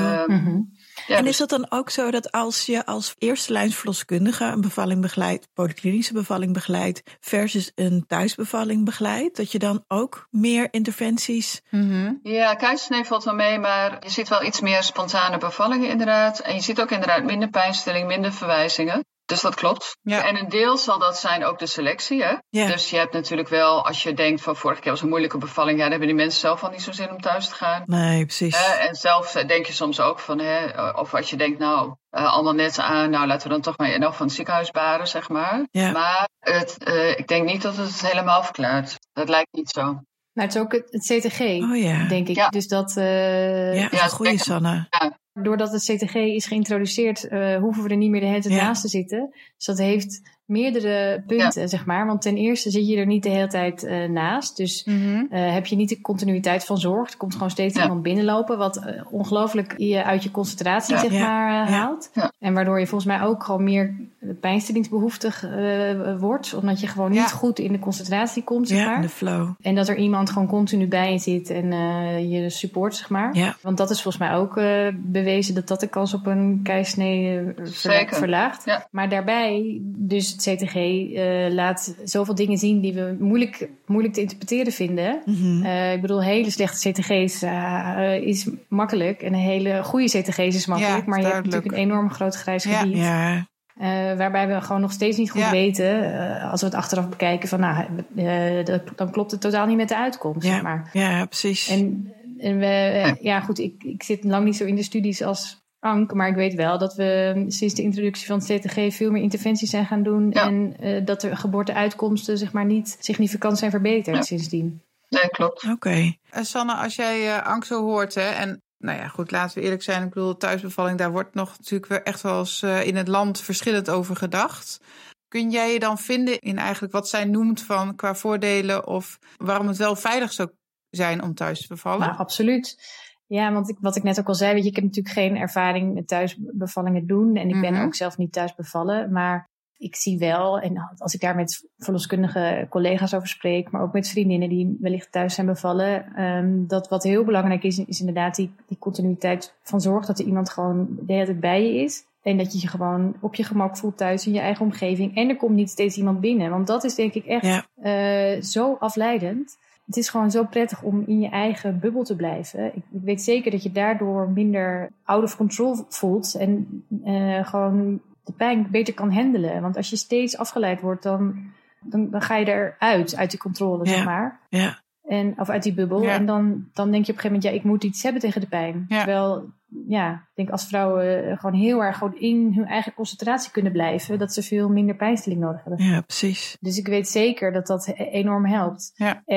Speaker 1: Ja, en is dat dan ook zo dat als je als eerste lijns verloskundige een bevalling begeleidt, polyklinische bevalling begeleidt, versus een thuisbevalling begeleidt, dat je dan ook meer interventies...
Speaker 4: Mm-hmm. Ja, keizersnede valt wel mee, maar je ziet wel iets meer spontane bevallingen inderdaad. En je ziet ook inderdaad minder pijnstilling, minder verwijzingen. Dus dat klopt. Ja. En een deel zal dat zijn ook de selectie. Hè? Ja. Dus je hebt natuurlijk wel, als je denkt van vorige keer was een moeilijke bevalling, dan hebben die mensen zelf al niet zo zin om thuis te gaan.
Speaker 1: Nee, precies.
Speaker 4: En zelf denk je soms ook van, of als je denkt, allemaal net aan, laten we dan toch maar in van het ziekenhuis baren, zeg maar. Ja. Maar ik denk niet dat het helemaal verklaart. Dat lijkt niet zo.
Speaker 5: Maar het is ook het CTG, denk ik. Ja. Dus dat...
Speaker 1: dat is een goeie, Sanne.
Speaker 5: Ja. Doordat het CTG is geïntroduceerd, hoeven we er niet meer de hele tijd naast te zitten. Dus dat heeft meerdere punten, zeg maar. Want ten eerste zit je er niet de hele tijd naast. Dus heb je niet de continuïteit van zorg. Er komt gewoon steeds iemand binnenlopen, wat ongelooflijk je uit je concentratie zeg maar haalt. Ja. En waardoor je volgens mij ook gewoon meer pijnstillingsbehoeftig wordt. Omdat je gewoon niet goed in de concentratie komt, zeg maar.
Speaker 1: De flow.
Speaker 5: En dat er iemand gewoon continu bij je zit en je support, zeg maar. Ja. Want dat is volgens mij ook bewezen dat de kans op een keizersnede verlaagt. Ja. Maar daarbij, dus het CTG laat zoveel dingen zien die we moeilijk te interpreteren vinden. Mm-hmm. Ik bedoel, hele slechte CTG's is makkelijk. En een hele goede CTG's is makkelijk. Maar je hebt natuurlijk een enorm groot grijs gebied. Ja. Waarbij we gewoon nog steeds niet goed weten, als we het achteraf bekijken, van dan klopt het totaal niet met de uitkomst. Zeg maar.
Speaker 1: Ja, precies.
Speaker 5: En goed, ik zit lang niet zo in de studies als Ank, maar ik weet wel dat we sinds de introductie van het CTG veel meer interventies zijn gaan doen en dat de geboorteuitkomsten zeg maar niet significant zijn verbeterd sindsdien.
Speaker 4: Nee, klopt.
Speaker 1: Oké.
Speaker 2: Sanne, als jij Ank zo hoort, hè, en goed, laten we eerlijk zijn, ik bedoel, thuisbevalling, daar wordt nog natuurlijk weer echt wel eens in het land verschillend over gedacht. Kun jij je dan vinden in eigenlijk wat zij noemt van qua voordelen of waarom het wel veilig zou zijn om thuis te bevallen?
Speaker 5: Nou, absoluut. Ja, want wat ik net ook al zei, weet je, ik heb natuurlijk geen ervaring met thuisbevallingen doen. En ik ben ook zelf niet thuis bevallen. Maar ik zie wel, en als ik daar met verloskundige collega's over spreek, maar ook met vriendinnen die wellicht thuis zijn bevallen, dat wat heel belangrijk is inderdaad die continuïteit van zorg. Dat er iemand gewoon de hele tijd bij je is. En dat je je gewoon op je gemak voelt thuis in je eigen omgeving. En er komt niet steeds iemand binnen. Want dat is denk ik echt zo afleidend. Het is gewoon zo prettig om in je eigen bubbel te blijven. Ik weet zeker dat je daardoor minder out of control voelt. En gewoon de pijn beter kan handelen. Want als je steeds afgeleid wordt, dan ga je eruit, uit die controle, zeg maar. Ja. Of uit die bubbel. Ja. En dan denk je op een gegeven moment, ik moet iets hebben tegen de pijn. Ja. Terwijl, ik denk als vrouwen gewoon heel erg goed in hun eigen concentratie kunnen blijven, dat ze veel minder pijnstilling nodig hebben.
Speaker 1: Ja, precies.
Speaker 5: Dus ik weet zeker dat enorm helpt.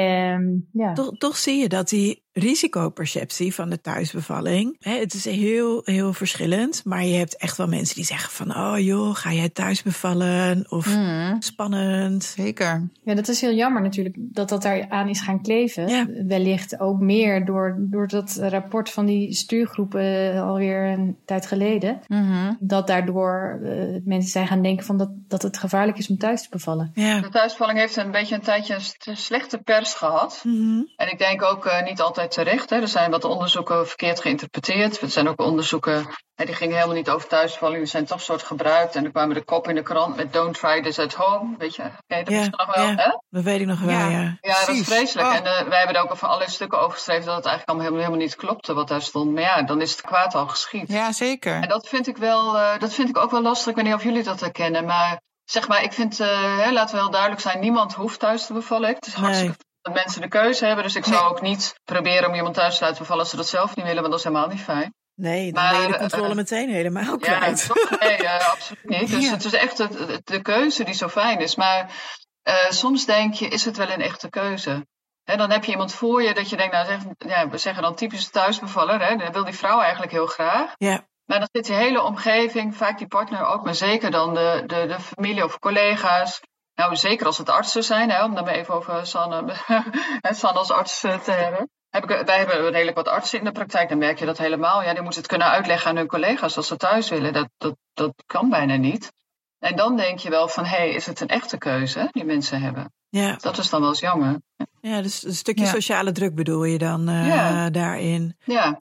Speaker 5: Ja.
Speaker 1: Toch zie je dat die risicoperceptie van de thuisbevalling, het is heel, heel verschillend. Maar je hebt echt wel mensen die zeggen van, ga jij thuis bevallen? Of spannend.
Speaker 2: Zeker.
Speaker 5: Ja, dat is heel jammer natuurlijk dat daar aan is gaan kleven. Ja. Wellicht ook meer door dat rapport van die stuurgroepen alweer een tijd geleden. Mm-hmm. Dat daardoor mensen zijn gaan denken van dat het gevaarlijk is om thuis te bevallen.
Speaker 4: Ja. De thuisbevalling heeft een tijdje een slechte pers gehad. Mm-hmm. En ik denk ook niet altijd terecht. Hè. Er zijn wat onderzoeken verkeerd geïnterpreteerd. Er zijn ook onderzoeken die gingen helemaal niet over thuisbevalling. Die zijn toch soort gebruikt. En er kwamen de kop in de krant met don't try this at home. Weet je, dat is nog wel. Hè?
Speaker 1: Dat weet ik nog wel, ja.
Speaker 4: Ja, dat is vreselijk. En wij hebben er ook van allerlei stukken over geschreven dat het eigenlijk allemaal helemaal niet klopte wat daar stond. Maar dan is het kwaad al geschied.
Speaker 2: Ja, zeker.
Speaker 4: En dat vind ik ook wel lastig. Ik weet niet of jullie dat herkennen. Maar zeg maar, ik vind, laten we wel duidelijk zijn, niemand hoeft thuis te bevallen. Het is hartstikke dat mensen de keuze hebben. Dus ik zou ook niet proberen om iemand thuis te laten bevallen als ze dat zelf niet willen. Want dat is helemaal niet fijn.
Speaker 1: Nee, dan ben je de controle meteen helemaal kwijt.
Speaker 4: Nee, absoluut niet. Dus het is echt de keuze die zo fijn is. Maar soms denk je, is het wel een echte keuze? Hè, dan heb je iemand voor je dat je denkt, we zeggen dan typische thuisbevaller. Hè, dat wil die vrouw eigenlijk heel graag.
Speaker 1: Ja.
Speaker 4: Maar dan zit die hele omgeving, vaak die partner ook, maar zeker dan de familie of collega's. Nou, zeker als het artsen zijn, hè, om dan maar even over Sanne als arts te hebben. Wij hebben redelijk wat artsen in de praktijk, dan merk je dat helemaal. Ja, die moeten het kunnen uitleggen aan hun collega's als ze thuis willen. Dat kan bijna niet. En dan denk je wel van, is het een echte keuze die mensen hebben?
Speaker 1: Ja.
Speaker 4: Dat is dan wel eens jammer.
Speaker 1: Ja, dus een stukje sociale druk bedoel je dan daarin.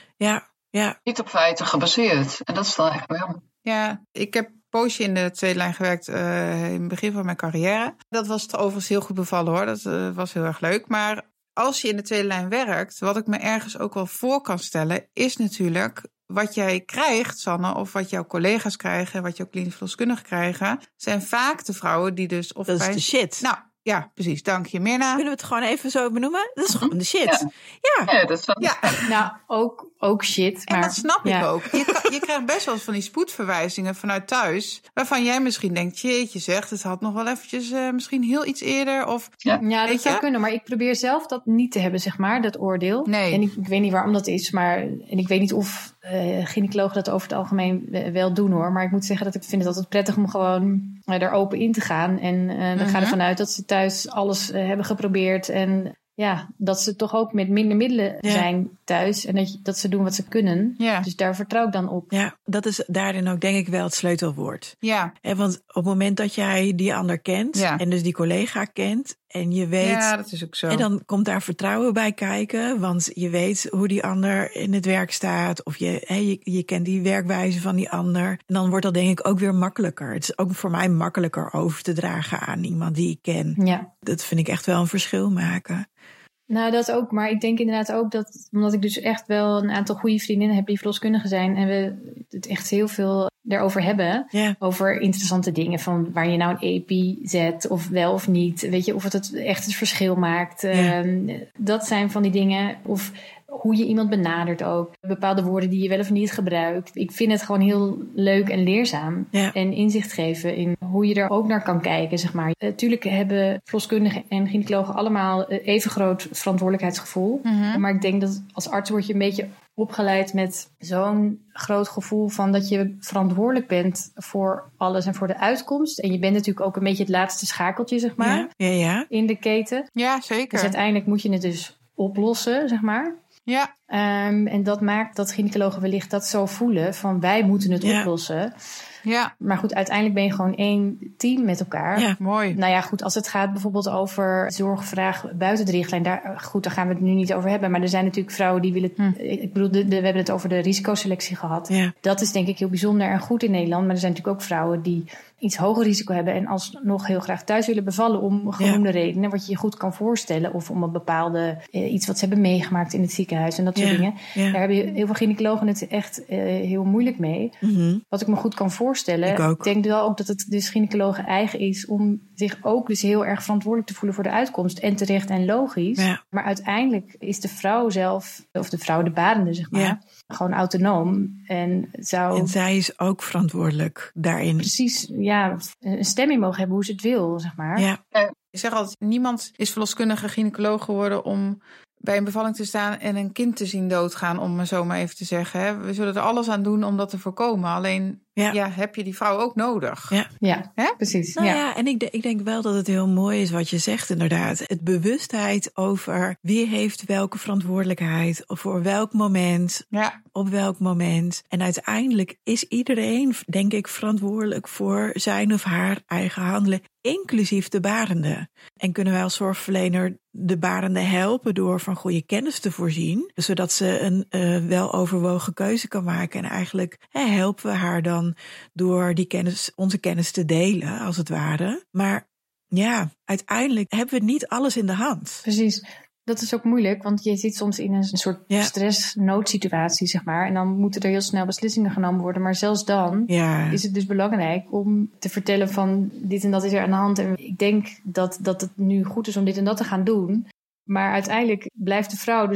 Speaker 1: Ja.
Speaker 4: Niet op feiten gebaseerd. En dat is dan echt wel jammer.
Speaker 2: Ja, ik heb een poosje in de tweede lijn gewerkt in het begin van mijn carrière. Dat was het overigens heel goed bevallen hoor. Dat was heel erg leuk. Maar als je in de tweede lijn werkt, wat ik me ergens ook wel voor kan stellen, is natuurlijk wat jij krijgt, Sanne, of wat jouw collega's krijgen, wat jouw klinisch verloskundigen krijgen, zijn vaak de vrouwen die dus...
Speaker 1: Dat is de shit.
Speaker 2: Nou, ja, precies. Dank je, Mirna.
Speaker 1: Kunnen we het gewoon even zo benoemen? Dat is gewoon de shit.
Speaker 4: Ja, dat is wel...
Speaker 5: Nou, ook shit.
Speaker 2: En
Speaker 5: maar,
Speaker 2: dat snap ik ook. Je krijgt best wel eens van die spoedverwijzingen vanuit thuis, waarvan jij misschien denkt, jeetje zegt, het had nog wel eventjes misschien heel iets eerder. Of,
Speaker 5: ja, dat zou kunnen. Maar ik probeer zelf dat niet te hebben, zeg maar, dat oordeel.
Speaker 2: Nee.
Speaker 5: En ik weet niet waarom dat is, en ik weet niet of gynaecologen dat over het algemeen wel doen hoor. Maar ik moet zeggen dat ik vind het altijd prettig om gewoon er open in te gaan. En dan ga ervan uit dat ze thuis alles hebben geprobeerd. En dat ze toch ook met minder middelen zijn thuis. En dat ze doen wat ze kunnen.
Speaker 2: Ja.
Speaker 5: Dus daar vertrouw ik dan op.
Speaker 1: Ja, dat is daarin ook denk ik wel het sleutelwoord.
Speaker 2: Ja.
Speaker 1: Want op het moment dat jij die ander kent en dus die collega kent en je weet...
Speaker 2: Ja, dat is ook zo.
Speaker 1: En dan komt daar vertrouwen bij kijken, want je weet hoe die ander in het werk staat. Of je kent die werkwijze van die ander. En dan wordt dat denk ik ook weer makkelijker. Het is ook voor mij makkelijker over te dragen aan iemand die ik ken.
Speaker 5: Ja.
Speaker 1: Dat vind ik echt wel een verschil maken.
Speaker 5: Nou, dat ook. Maar ik denk inderdaad ook dat, omdat ik dus echt wel een aantal goede vriendinnen heb die verloskundigen zijn. En we het echt heel veel daarover hebben.
Speaker 1: Ja.
Speaker 5: Over interessante dingen. Van waar je nou een EPI zet of wel of niet. Weet je, of het echt het verschil maakt.
Speaker 1: Ja.
Speaker 5: Dat zijn van die dingen. Of hoe je iemand benadert ook. Bepaalde woorden die je wel of niet gebruikt. Ik vind het gewoon heel leuk en leerzaam.
Speaker 1: Ja.
Speaker 5: En inzicht geven in hoe je er ook naar kan kijken, zeg maar. Tuurlijk hebben verloskundigen en gynaecologen allemaal even groot verantwoordelijkheidsgevoel.
Speaker 2: Mhm.
Speaker 5: Maar ik denk dat als arts word je een beetje opgeleid met zo'n groot gevoel van dat je verantwoordelijk bent voor alles en voor de uitkomst. En je bent natuurlijk ook een beetje het laatste schakeltje, zeg maar,
Speaker 1: Ja.
Speaker 5: in de keten.
Speaker 2: Ja, zeker.
Speaker 5: Dus uiteindelijk moet je het dus oplossen, zeg maar.
Speaker 2: Ja.
Speaker 5: En dat maakt dat gynaecologen wellicht dat zo voelen van wij moeten het oplossen.
Speaker 2: Ja.
Speaker 5: Maar goed, uiteindelijk ben je gewoon één team met elkaar.
Speaker 1: Ja.
Speaker 2: Mooi.
Speaker 5: Nou ja, goed, als het gaat bijvoorbeeld over zorgvraag buiten de richtlijn, daar gaan we het nu niet over hebben. Maar er zijn natuurlijk vrouwen die willen... Ik bedoel, we hebben het over de risicoselectie gehad.
Speaker 1: Ja.
Speaker 5: Dat is denk ik heel bijzonder en goed in Nederland. Maar er zijn natuurlijk ook vrouwen die iets hoger risico hebben en alsnog heel graag thuis willen bevallen om genoemde redenen, wat je je goed kan voorstellen. Of om een bepaalde iets wat ze hebben meegemaakt in het ziekenhuis en dat soort dingen.
Speaker 1: Ja.
Speaker 5: Daar hebben heel veel gynaecologen het echt heel moeilijk mee.
Speaker 1: Mm-hmm.
Speaker 5: Wat ik me goed kan voorstellen.
Speaker 1: Ik
Speaker 5: denk wel ook dat het dus gynaecologen eigen is om zich ook dus heel erg verantwoordelijk te voelen voor de uitkomst. En terecht en logisch.
Speaker 1: Ja.
Speaker 5: Maar uiteindelijk is de vrouw zelf, of de vrouw, de barende zeg maar, gewoon autonoom. En
Speaker 1: zij is ook verantwoordelijk daarin.
Speaker 5: Precies, een stem in mogen hebben hoe ze het wil, zeg maar.
Speaker 1: Ja.
Speaker 2: Ik zeg altijd, niemand is verloskundige gynaecoloog geworden om bij een bevalling te staan en een kind te zien doodgaan, om me zo maar even te zeggen. Hè. We zullen er alles aan doen om dat te voorkomen. Alleen heb je die vrouw ook nodig.
Speaker 5: Ja, precies.
Speaker 1: Nou ja, en ik denk wel dat het heel mooi is wat je zegt inderdaad. Het bewustheid over wie heeft welke verantwoordelijkheid, voor welk moment, op welk moment. En uiteindelijk is iedereen, denk ik, verantwoordelijk voor zijn of haar eigen handelen, inclusief de barende. En kunnen wij als zorgverlener de barende helpen door van goede kennis te voorzien, zodat ze een weloverwogen keuze kan maken. En eigenlijk helpen we haar dan door die kennis, onze kennis te delen, als het ware. Maar uiteindelijk hebben we niet alles in de hand.
Speaker 5: Precies. Dat is ook moeilijk, want je zit soms in een soort stress-noodsituatie, zeg maar. En dan moeten er heel snel beslissingen genomen worden. Maar zelfs dan is het dus belangrijk om te vertellen van dit en dat is er aan de hand. En ik denk dat het nu goed is om dit en dat te gaan doen. Maar uiteindelijk blijft de vrouw dus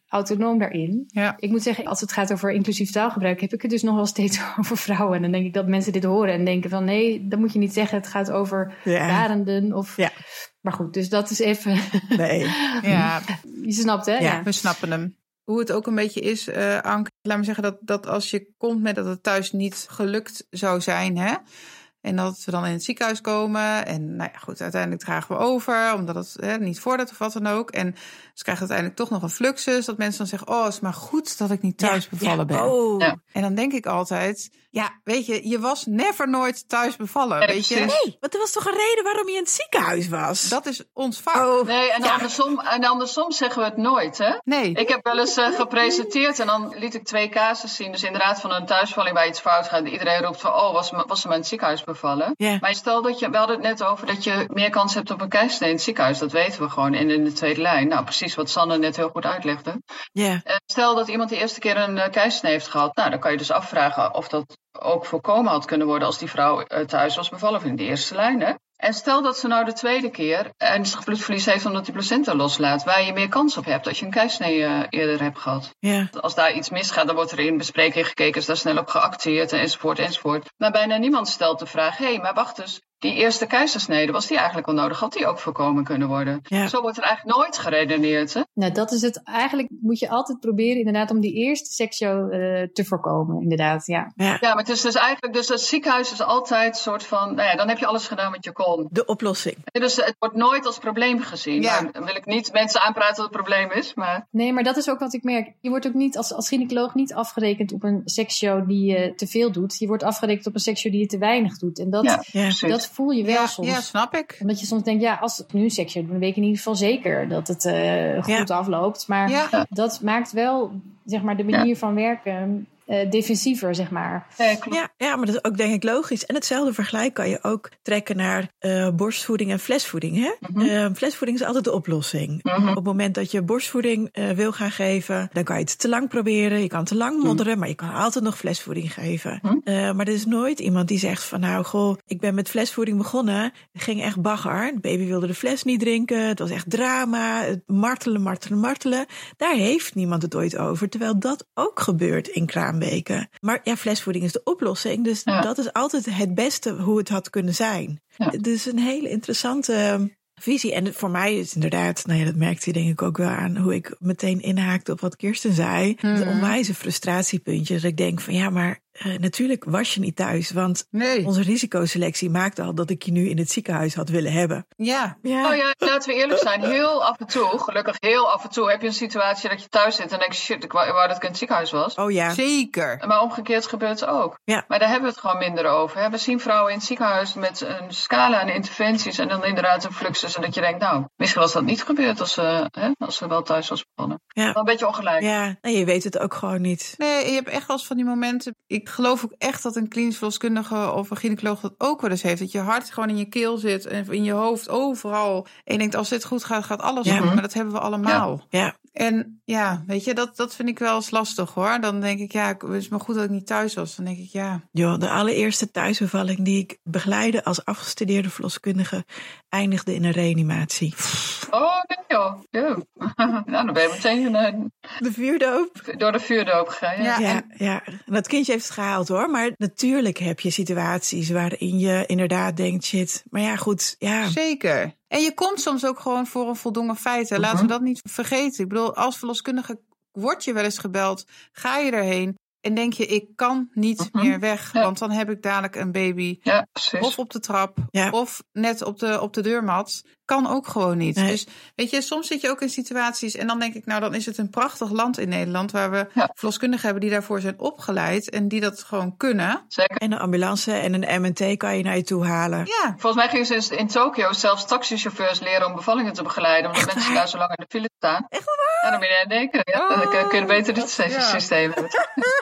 Speaker 5: autonoom daarin.
Speaker 2: Ja.
Speaker 5: Ik moet zeggen, als het gaat over inclusief taalgebruik, heb ik het dus nog wel steeds over vrouwen. En dan denk ik dat mensen dit horen en denken van nee, dat moet je niet zeggen. Het gaat over barenden of... Ja. Maar goed, dus dat is even...
Speaker 1: Nee.
Speaker 2: Ja.
Speaker 5: Je snapt, hè?
Speaker 2: Ja, we snappen hem. Hoe het ook een beetje is, Anke, laat me zeggen dat als je komt met dat het thuis niet gelukt zou zijn, hè? En dat we dan in het ziekenhuis komen. En nou ja, goed, uiteindelijk dragen we over. Omdat het niet vordert of wat dan ook. En ze krijgen uiteindelijk toch nog een fluxus. Dat mensen dan zeggen, oh, het is maar goed dat ik niet thuis bevallen ben.
Speaker 1: Oh.
Speaker 2: Ja. En dan denk ik altijd, ja, weet je was never nooit thuis bevallen.
Speaker 4: Nee,
Speaker 2: weet je?
Speaker 1: Nee, want er was toch een reden waarom je in het ziekenhuis was?
Speaker 2: Dat is ons vak.
Speaker 1: Oh.
Speaker 4: Nee, en andersom zeggen we het nooit, hè?
Speaker 2: Nee.
Speaker 4: Ik heb wel eens gepresenteerd en dan liet ik 2 casus zien. Dus inderdaad van een thuisvalling waar iets fout gaat. Iedereen roept van, oh, was ze maar in het ziekenhuis bevallen.
Speaker 1: Yeah.
Speaker 4: Maar stel dat we hadden het net over dat je meer kans hebt op een keizersnede in het ziekenhuis. Dat weten we gewoon in de tweede lijn. Nou, precies wat Sanne net heel goed uitlegde.
Speaker 1: Yeah.
Speaker 4: Stel dat iemand de eerste keer een keizersnede heeft gehad. Nou, dan kan je dus afvragen of dat ook voorkomen had kunnen worden als die vrouw thuis was bevallen in de eerste lijn, hè? En stel dat ze nou de tweede keer ernstig bloedverlies heeft omdat die placenta loslaat, waar je meer kans op hebt als je een keizersnede eerder hebt gehad.
Speaker 1: Yeah.
Speaker 4: Als daar iets misgaat, dan wordt er in bespreking gekeken, is daar snel op geacteerd enzovoort. Maar bijna niemand stelt de vraag, maar wacht eens, die eerste keizersnede, was die eigenlijk al nodig? Had die ook voorkomen kunnen worden? Ja. Zo wordt er eigenlijk nooit geredeneerd. Hè?
Speaker 5: Nou, dat is het. Eigenlijk moet je altijd proberen inderdaad om die eerste seksio te voorkomen. Inderdaad, ja.
Speaker 4: Ja, maar het is dus eigenlijk, dus het ziekenhuis is altijd een soort van, nou ja, dan heb je alles gedaan wat je kon.
Speaker 1: De oplossing.
Speaker 4: Dus het wordt nooit als probleem gezien. Ja. Nou, dan wil ik niet mensen aanpraten dat het een probleem is, maar...
Speaker 5: Nee, maar dat is ook wat ik merk. Je wordt ook niet als gynaecoloog niet afgerekend op een seksio die je te veel doet. Je wordt afgerekend op een seksio die je te weinig doet. En dat voel je wel soms.
Speaker 2: Ja, snap ik.
Speaker 5: Omdat je soms denkt, ja, als ik nu een seksio doe, dan weet ik in ieder geval zeker dat het goed afloopt. Maar dat maakt wel, zeg maar, de manier van werken defensiever, zeg maar.
Speaker 1: Ja, maar dat is ook denk ik logisch. En hetzelfde vergelijk kan je ook trekken naar borstvoeding en flesvoeding. Hè? Mm-hmm. Flesvoeding is altijd de oplossing. Mm-hmm. Op het moment dat je borstvoeding wil gaan geven, dan kan je het te lang proberen. Je kan te lang modderen, maar je kan altijd nog flesvoeding geven. Maar er is nooit iemand die zegt van, nou, goh, ik ben met flesvoeding begonnen. Het ging echt bagger. De baby wilde de fles niet drinken. Het was echt drama. Het martelen. Daar heeft niemand het ooit over. Terwijl dat ook gebeurt in kraamweken. Maar ja, flesvoeding is de oplossing. Dus dat is altijd het beste hoe het had kunnen zijn. Ja. Dus een hele interessante visie. En voor mij is inderdaad, nou ja, dat merkte je denk ik ook wel aan hoe ik meteen inhaakte op wat Kirsten zei. Het onwijze frustratiepuntje. Dat ik denk van ja, maar natuurlijk was je niet thuis. Want onze risicoselectie maakte al dat ik je nu in het ziekenhuis had willen hebben.
Speaker 2: Ja.
Speaker 4: Nou ja, laten we eerlijk zijn. Heel af en toe, gelukkig heel af en toe, heb je een situatie dat je thuis zit en denk je, shit, ik wou dat ik in het ziekenhuis was.
Speaker 1: Oh ja.
Speaker 2: Zeker.
Speaker 4: Maar omgekeerd gebeurt het ook. Ja. Maar daar hebben we het gewoon minder over. Hè? We zien vrouwen in het ziekenhuis met een scala aan interventies en dan inderdaad een fluxus. En dat je denkt, nou, misschien was dat niet gebeurd als ze wel thuis was begonnen. Ja. Wel een beetje ongelijk.
Speaker 1: Ja, nee, je weet het ook gewoon niet.
Speaker 2: Nee, je hebt echt wel eens van die momenten. Ik geloof ook echt dat een klinisch verloskundige of een gynaecoloog dat ook wel eens heeft. Dat je hart gewoon in je keel zit en in je hoofd overal. En je denkt, als dit goed gaat, gaat alles goed. Maar dat hebben we allemaal.
Speaker 1: Ja.
Speaker 2: En ja, weet je, dat vind ik wel eens lastig hoor. Dan denk ik, ja, het is maar goed dat ik niet thuis was. Dan denk ik, ja.
Speaker 1: Jo, de allereerste thuisbevalling die ik begeleidde als afgestudeerde verloskundige eindigde in een reanimatie.
Speaker 4: Oh, nee joh. Nou, dan ben je meteen
Speaker 1: de vuurdoop.
Speaker 4: Door de vuurdoop gegaan.
Speaker 1: Ja. En dat kindje heeft het gehaald hoor. Maar natuurlijk heb je situaties waarin je inderdaad denkt, shit. Maar ja, goed. Ja.
Speaker 2: Zeker. En je komt soms ook gewoon voor een voldongen feit. Laten we dat niet vergeten. Ik bedoel, als verloskundige word je wel eens gebeld. Ga je erheen en denk je, ik kan niet meer weg. Ja. Want dan heb ik dadelijk een baby. Ja, of op de trap. Ja. Of net op de deurmat. Kan ook gewoon niet. Nee. Dus weet je, soms zit je ook in situaties. En dan denk ik, nou dan is het een prachtig land in Nederland. Waar we verloskundigen hebben die daarvoor zijn opgeleid. En die dat gewoon kunnen.
Speaker 4: Zeker.
Speaker 1: En een ambulance en een MNT kan je naar je toe halen.
Speaker 4: Ja. Volgens mij gingen ze in Tokio zelfs taxichauffeurs leren om bevallingen te begeleiden. Omdat mensen daar zo lang in de file staan.
Speaker 1: Echt waar?
Speaker 4: Ja, dan moet je denken. Ja, dan kun je beter dit systeem hebben.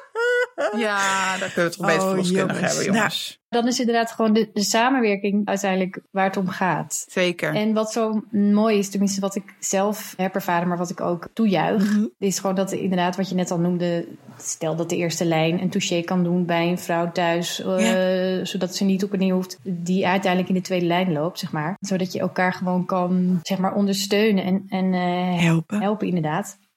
Speaker 2: Ja, daar kun je toch beter verloskundig hebben, jongens.
Speaker 5: Nou, dan is inderdaad gewoon de samenwerking uiteindelijk waar het om gaat.
Speaker 2: Zeker.
Speaker 5: En wat zo mooi is, tenminste wat ik zelf heb ervaren, maar wat ik ook toejuich, is gewoon dat inderdaad wat je net al noemde, stel dat de eerste lijn een touché kan doen bij een vrouw thuis, zodat ze niet opnieuw hoeft, die uiteindelijk in de tweede lijn loopt, zeg maar. Zodat je elkaar gewoon kan, zeg maar, ondersteunen en helpen inderdaad.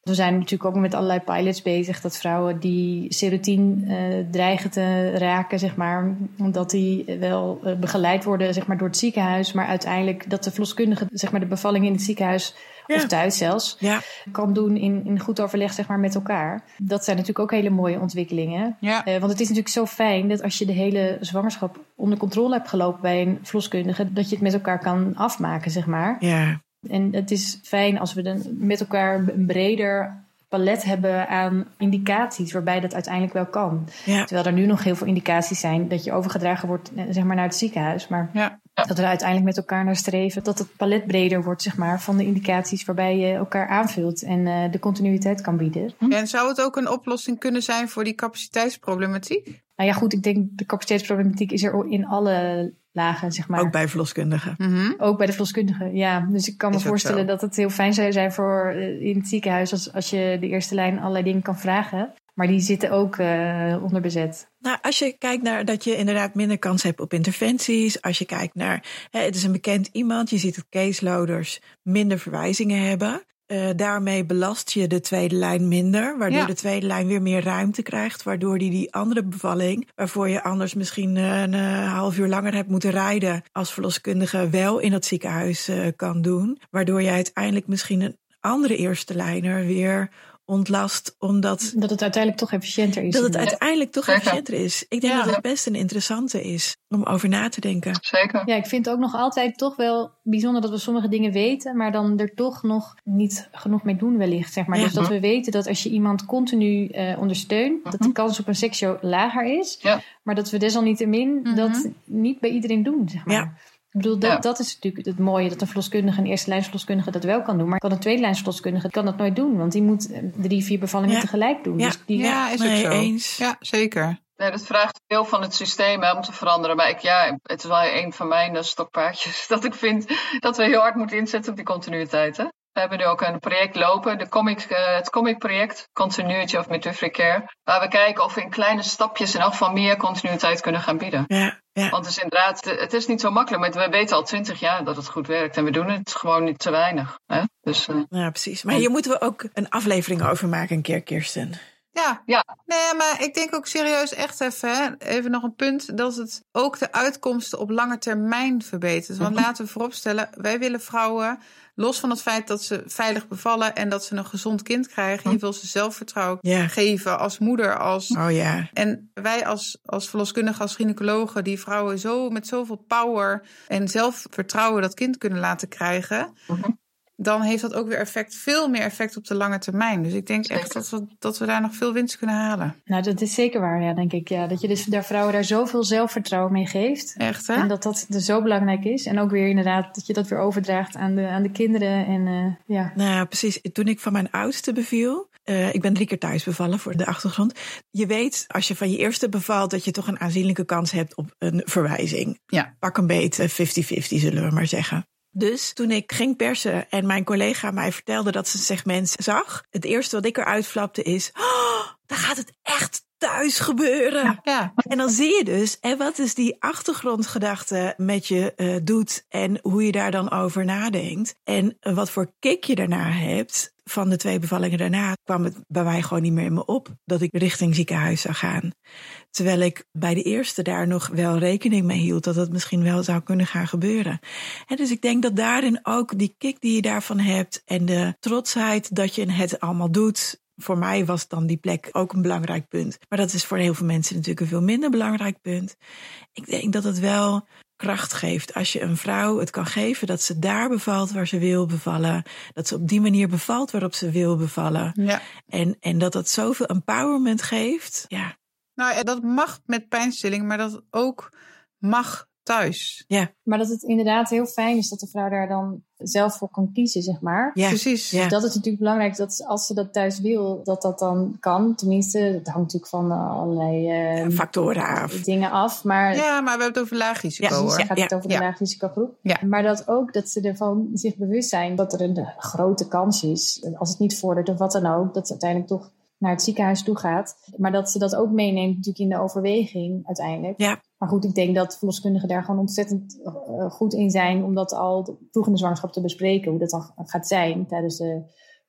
Speaker 5: We zijn natuurlijk ook met allerlei pilots bezig dat vrouwen die serotine dreigen te raken, zeg maar, omdat die wel begeleid worden, zeg maar, door het ziekenhuis, maar uiteindelijk dat de verloskundige, zeg maar, de bevalling in het ziekenhuis of thuis zelfs kan doen in goed overleg, zeg maar, met elkaar. Dat zijn natuurlijk ook hele mooie ontwikkelingen. Ja. Want het is natuurlijk zo fijn dat als je de hele zwangerschap onder controle hebt gelopen bij een verloskundige, dat je het met elkaar kan afmaken, zeg maar. Ja. En het is fijn als we dan met elkaar een breder palet hebben aan indicaties waarbij dat uiteindelijk wel kan. Ja. Terwijl er nu nog heel veel indicaties zijn dat je overgedragen wordt, zeg maar, naar het ziekenhuis. Maar dat we er uiteindelijk met elkaar naar streven dat het palet breder wordt, zeg maar, van de indicaties waarbij je elkaar aanvult en de continuïteit kan bieden.
Speaker 2: En zou het ook een oplossing kunnen zijn voor die capaciteitsproblematiek?
Speaker 5: Nou ja, goed, ik denk de capaciteitsproblematiek is er in alle lagen, zeg maar.
Speaker 1: Ook bij verloskundigen.
Speaker 5: Mm-hmm. Ook bij de verloskundigen, ja. Dus ik kan me voorstellen dat het heel fijn zou zijn voor in het ziekenhuis als je de eerste lijn allerlei dingen kan vragen. Maar die zitten ook onder bezet.
Speaker 1: Nou, als je kijkt naar dat je inderdaad minder kans hebt op interventies. Als je kijkt naar, het is een bekend iemand. Je ziet dat caseloaders minder verwijzingen hebben. Daarmee belast je de tweede lijn minder. Waardoor de tweede lijn weer meer ruimte krijgt. Waardoor die andere bevalling, waarvoor je anders misschien een half uur langer hebt moeten rijden, als verloskundige wel in het ziekenhuis kan doen. Waardoor je uiteindelijk misschien een andere eerste lijner weer ontlast, omdat
Speaker 5: dat het uiteindelijk toch efficiënter is.
Speaker 1: Dat het uiteindelijk toch efficiënter is. Ik denk dat het best een interessante is om over na te denken.
Speaker 4: Zeker.
Speaker 5: Ja, ik vind het ook nog altijd toch wel bijzonder dat we sommige dingen weten, maar dan er toch nog niet genoeg mee doen wellicht, zeg maar. Ja. Dus dat we weten dat als je iemand continu ondersteunt, dat de kans op een seksio lager is. Ja. Maar dat we desalniettemin dat niet bij iedereen doen, zeg maar. Ja. Ik bedoel, dat is natuurlijk het mooie, dat een verloskundige, een eerste lijnsverloskundige dat wel kan doen. Maar kan een tweede lijnsverloskundige kan dat nooit doen. Want die moet 3-4 bevallingen tegelijk doen.
Speaker 1: Ja,
Speaker 5: dus die
Speaker 2: is ook zo. Eens. Ja, zeker.
Speaker 4: Nee, dat vraagt veel van het systeem om te veranderen. Maar het is wel een van mijn stokpaardjes. Dat ik vind dat we heel hard moeten inzetten op die continuïteit. Hè? We hebben nu ook een project lopen, het COMIC-project, Continuity of Midwifery Care. Waar we kijken of we in kleine stapjes in afval meer continuïteit kunnen gaan bieden. Ja. Want het is inderdaad, het is niet zo makkelijk. Maar we weten al 20 jaar dat het goed werkt. En we doen het gewoon niet te weinig. Hè? Dus,
Speaker 1: ja, precies. Maar hier moeten we ook een aflevering over maken een keer, Kirsten.
Speaker 2: Ja. Nee, maar ik denk ook serieus echt even nog een punt, dat het ook de uitkomsten op lange termijn verbetert. Want laten we vooropstellen, wij willen vrouwen, los van het feit dat ze veilig bevallen en dat ze een gezond kind krijgen, je wil ze zelfvertrouwen geven als moeder. En wij als verloskundigen, als gynaecologen, die vrouwen met zoveel power en zelfvertrouwen dat kind kunnen laten krijgen, dan heeft dat ook weer veel meer effect op de lange termijn. Dus ik denk echt dat we daar nog veel winst kunnen halen.
Speaker 5: Nou, dat is zeker waar, denk ik. Ja. Dat je dus vrouwen daar zoveel zelfvertrouwen mee geeft. Echt, hè? En dat dus zo belangrijk is. En ook weer inderdaad dat je dat weer overdraagt aan de kinderen. En,
Speaker 1: Nou, precies. Toen ik van mijn oudste beviel, ik ben 3 keer thuis bevallen voor de achtergrond. Je weet, als je van je eerste bevalt, dat je toch een aanzienlijke kans hebt op een verwijzing. Ja. Pak een beet, 50-50 zullen we maar zeggen. Dus toen ik ging persen en mijn collega mij vertelde dat ze een segment zag, het eerste wat ik eruit flapte is, dan gaat het echt thuis gebeuren. Ja. En dan zie je dus, en wat is die achtergrondgedachte met je doet en hoe je daar dan over nadenkt. En wat voor kick je daarna hebt. Van de 2 bevallingen daarna kwam het bij mij gewoon niet meer in me op dat ik richting ziekenhuis zou gaan. Terwijl ik bij de eerste daar nog wel rekening mee hield dat het misschien wel zou kunnen gaan gebeuren. En dus ik denk dat daarin ook die kick die je daarvan hebt en de trotsheid dat je het allemaal doet. Voor mij was dan die plek ook een belangrijk punt. Maar dat is voor heel veel mensen natuurlijk een veel minder belangrijk punt. Ik denk dat het wel kracht geeft als je een vrouw het kan geven dat ze daar bevalt waar ze wil bevallen. Dat ze op die manier bevalt waarop ze wil bevallen. Ja. En dat zoveel empowerment geeft. Ja.
Speaker 2: Nou, dat mag met pijnstilling, maar dat ook mag thuis.
Speaker 5: Ja. Maar dat het inderdaad heel fijn is dat de vrouw daar dan zelf voor kan kiezen, zeg maar.
Speaker 2: Ja, precies.
Speaker 5: Dus dat is natuurlijk belangrijk, dat als ze dat thuis wil, dat dan kan. Tenminste, het hangt natuurlijk van allerlei
Speaker 1: factoren af.
Speaker 5: Dingen af. Maar,
Speaker 2: ja, maar we hebben het over laag risico.
Speaker 5: Ja, het gaat het over de laag risicogroep. Ja. Maar dat ook, dat ze ervan zich bewust zijn dat er een grote kans is, als het niet vordert of wat dan ook, dat ze uiteindelijk toch naar het ziekenhuis toe gaat. Maar dat ze dat ook meeneemt natuurlijk in de overweging uiteindelijk. Ja. Maar goed, ik denk dat verloskundigen daar gewoon ontzettend goed in zijn om dat al vroeg in de zwangerschap te bespreken, hoe dat dan gaat zijn tijdens de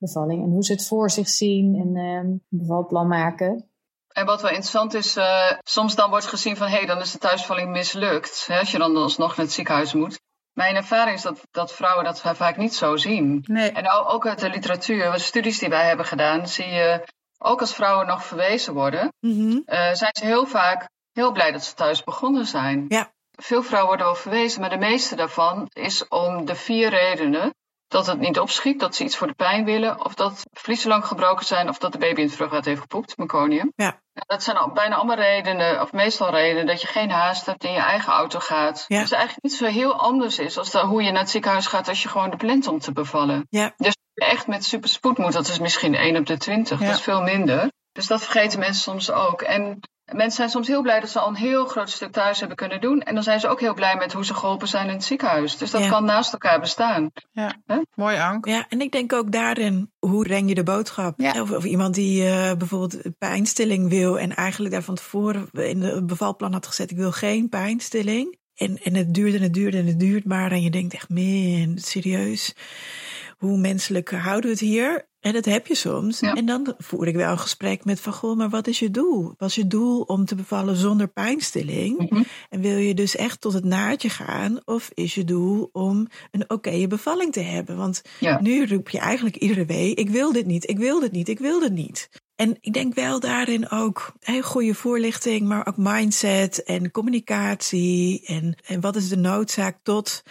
Speaker 5: bevalling. En hoe ze het voor zich zien en een bevalplan maken.
Speaker 4: En wat wel interessant is, soms dan wordt gezien van... dan is de thuisbevalling mislukt. Hè, als je dan alsnog naar het ziekenhuis moet. Mijn ervaring is dat vrouwen dat vaak niet zo zien.
Speaker 2: Nee.
Speaker 4: En ook uit de literatuur, de studies die wij hebben gedaan... zie je, ook als vrouwen nog verwezen worden... zijn ze heel vaak heel blij dat ze thuis begonnen zijn.
Speaker 1: Ja.
Speaker 4: Veel vrouwen worden wel verwezen, maar de meeste daarvan is om de 4 redenen... dat het niet opschiet, dat ze iets voor de pijn willen... of dat vliezen lang gebroken zijn... of dat de baby in het vruchtwater heeft gepoept, meconium.
Speaker 1: Ja.
Speaker 4: Dat zijn bijna allemaal redenen, of meestal redenen... dat je geen haast hebt, in je eigen auto gaat.
Speaker 1: Ja.
Speaker 4: Dus eigenlijk niet zo heel anders is... als hoe je naar het ziekenhuis gaat als je gewoon de plant om te bevallen.
Speaker 1: Ja.
Speaker 4: Dus als je echt met superspoed moet, dat is misschien 1 op de 20.
Speaker 2: Ja.
Speaker 4: Dat is veel minder. Dus dat vergeten mensen soms ook. En mensen zijn soms heel blij dat ze al een heel groot stuk thuis hebben kunnen doen. En dan zijn ze ook heel blij met hoe ze geholpen zijn in het ziekenhuis. Dus dat kan naast elkaar bestaan.
Speaker 2: Ja, mooi Ank.
Speaker 1: Ja, en ik denk ook daarin, hoe breng je de boodschap?
Speaker 2: Ja.
Speaker 1: Of iemand die bijvoorbeeld pijnstilling wil... en eigenlijk daar van tevoren in de bevalplan had gezet... ik wil geen pijnstilling. En het duurt en het duurt en het duurt maar. En je denkt echt, man, serieus... hoe menselijk houden we het hier? En dat heb je soms. Ja. En dan voer ik wel een gesprek met van... goh, maar wat is je doel? Was je doel om te bevallen zonder pijnstilling? Mm-hmm. En wil je dus echt tot het naadje gaan? Of is je doel om een oké bevalling te hebben? Want nu roep je eigenlijk iedere week... ik wil dit niet, ik wil dit niet, ik wil dit niet. En ik denk wel daarin ook goede voorlichting, maar ook mindset en communicatie. En wat is de noodzaak tot...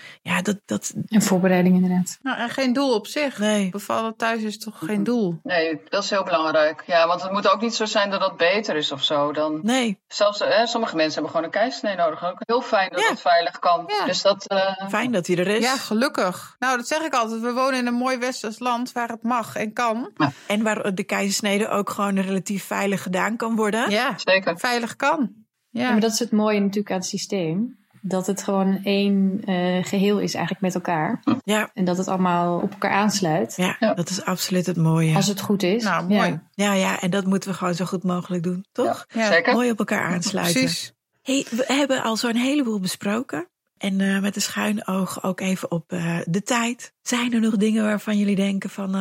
Speaker 5: En voorbereiding inderdaad.
Speaker 2: Nou, en geen doel op zich.
Speaker 1: Nee.
Speaker 2: Bevallen thuis is toch geen doel?
Speaker 4: Nee, dat is heel belangrijk. Ja, want het moet ook niet zo zijn dat dat beter is of zo. Dan...
Speaker 1: Nee.
Speaker 4: Zelfs sommige mensen hebben gewoon een keizersnee nodig. Ook heel fijn dat dat veilig kan.
Speaker 2: Ja.
Speaker 4: Dus dat,
Speaker 1: fijn dat hij er is.
Speaker 2: Ja, gelukkig. Nou, dat zeg ik altijd. We wonen in een mooi westers land waar het mag en kan.
Speaker 4: Ja.
Speaker 1: En waar de keizersnede ook gewoon relatief veilig gedaan kan worden.
Speaker 2: Ja,
Speaker 4: zeker.
Speaker 2: Veilig kan. Ja.
Speaker 5: Maar dat is het mooie natuurlijk aan het systeem. Dat het gewoon één geheel is eigenlijk met elkaar.
Speaker 1: Ja.
Speaker 5: En dat het allemaal op elkaar aansluit.
Speaker 1: Ja, dat is absoluut het mooie.
Speaker 5: Als het goed is.
Speaker 2: Nou, mooi.
Speaker 1: Ja, en dat moeten we gewoon zo goed mogelijk doen, toch?
Speaker 4: Ja, zeker.
Speaker 1: Mooi op elkaar aansluiten.
Speaker 2: Precies.
Speaker 1: Hey, we hebben al zo'n heleboel besproken. En met een schuin oog ook even op de tijd. Zijn er nog dingen waarvan jullie denken van...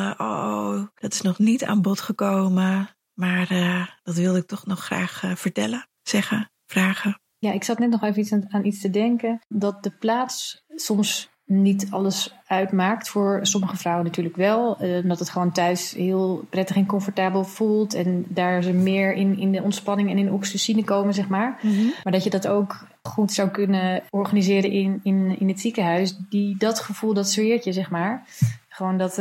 Speaker 1: dat is nog niet aan bod gekomen... Maar dat wilde ik toch nog graag vertellen, zeggen, vragen.
Speaker 5: Ja, ik zat net nog even aan iets te denken. Dat de plaats soms niet alles uitmaakt. Voor sommige vrouwen natuurlijk wel. Omdat het gewoon thuis heel prettig en comfortabel voelt. En daar ze meer in de ontspanning en in de oxytocine komen, zeg maar. Mm-hmm. Maar dat je dat ook goed zou kunnen organiseren in het ziekenhuis. Dat gevoel, dat sfeertje, zeg maar. Gewoon dat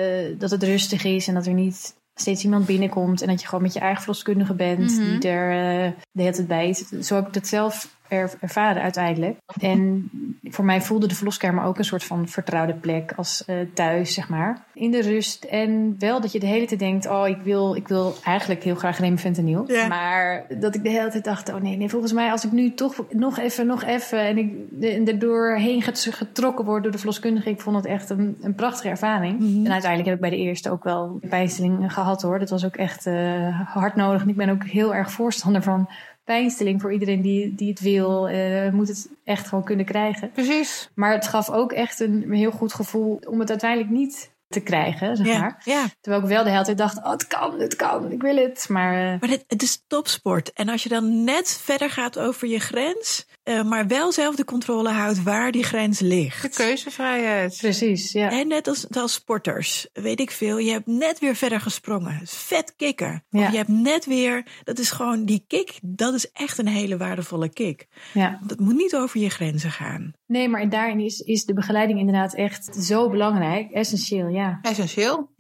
Speaker 5: het rustig is en dat er niet... steeds iemand binnenkomt en dat je gewoon met je eigen verloskundige bent die er de hele tijd bij is. Zo heb ik dat zelf ervaren uiteindelijk. En voor mij voelde de verloskamer ook een soort van vertrouwde plek als thuis, zeg maar. In de rust en wel dat je de hele tijd denkt, ik wil eigenlijk heel graag remifentanil. Ja. Maar dat ik de hele tijd dacht, nee, volgens mij als ik nu toch nog even en ik er doorheen getrokken word door de verloskundige, ik vond het echt een prachtige ervaring. Mm-hmm. En uiteindelijk heb ik bij de eerste ook wel pijnstilling gehad hoor. Dat was ook echt hard nodig. En ik ben ook heel erg voorstander van pijnstilling voor iedereen die het wil. Moet het echt gewoon kunnen krijgen.
Speaker 2: Precies. Maar
Speaker 5: het gaf ook echt een heel goed gevoel om het uiteindelijk niet te krijgen, zeg maar.
Speaker 1: Ja.
Speaker 5: Terwijl ik wel de hele tijd dacht, het kan, ik wil het. Maar
Speaker 1: het is topsport. En als je dan net verder gaat over je grens, maar wel zelf de controle houdt waar die grens ligt.
Speaker 2: De keuzevrijheid.
Speaker 5: Precies, ja.
Speaker 1: En net als sporters, weet ik veel, je hebt net weer verder gesprongen. Vet kicken.
Speaker 5: Ja.
Speaker 1: Of je hebt net weer, dat is gewoon die kick, dat is echt een hele waardevolle kick. Ja. Dat moet niet over je grenzen gaan.
Speaker 5: Nee, maar daarin is de begeleiding inderdaad echt zo belangrijk. Essentieel, ja.
Speaker 2: Essentieel?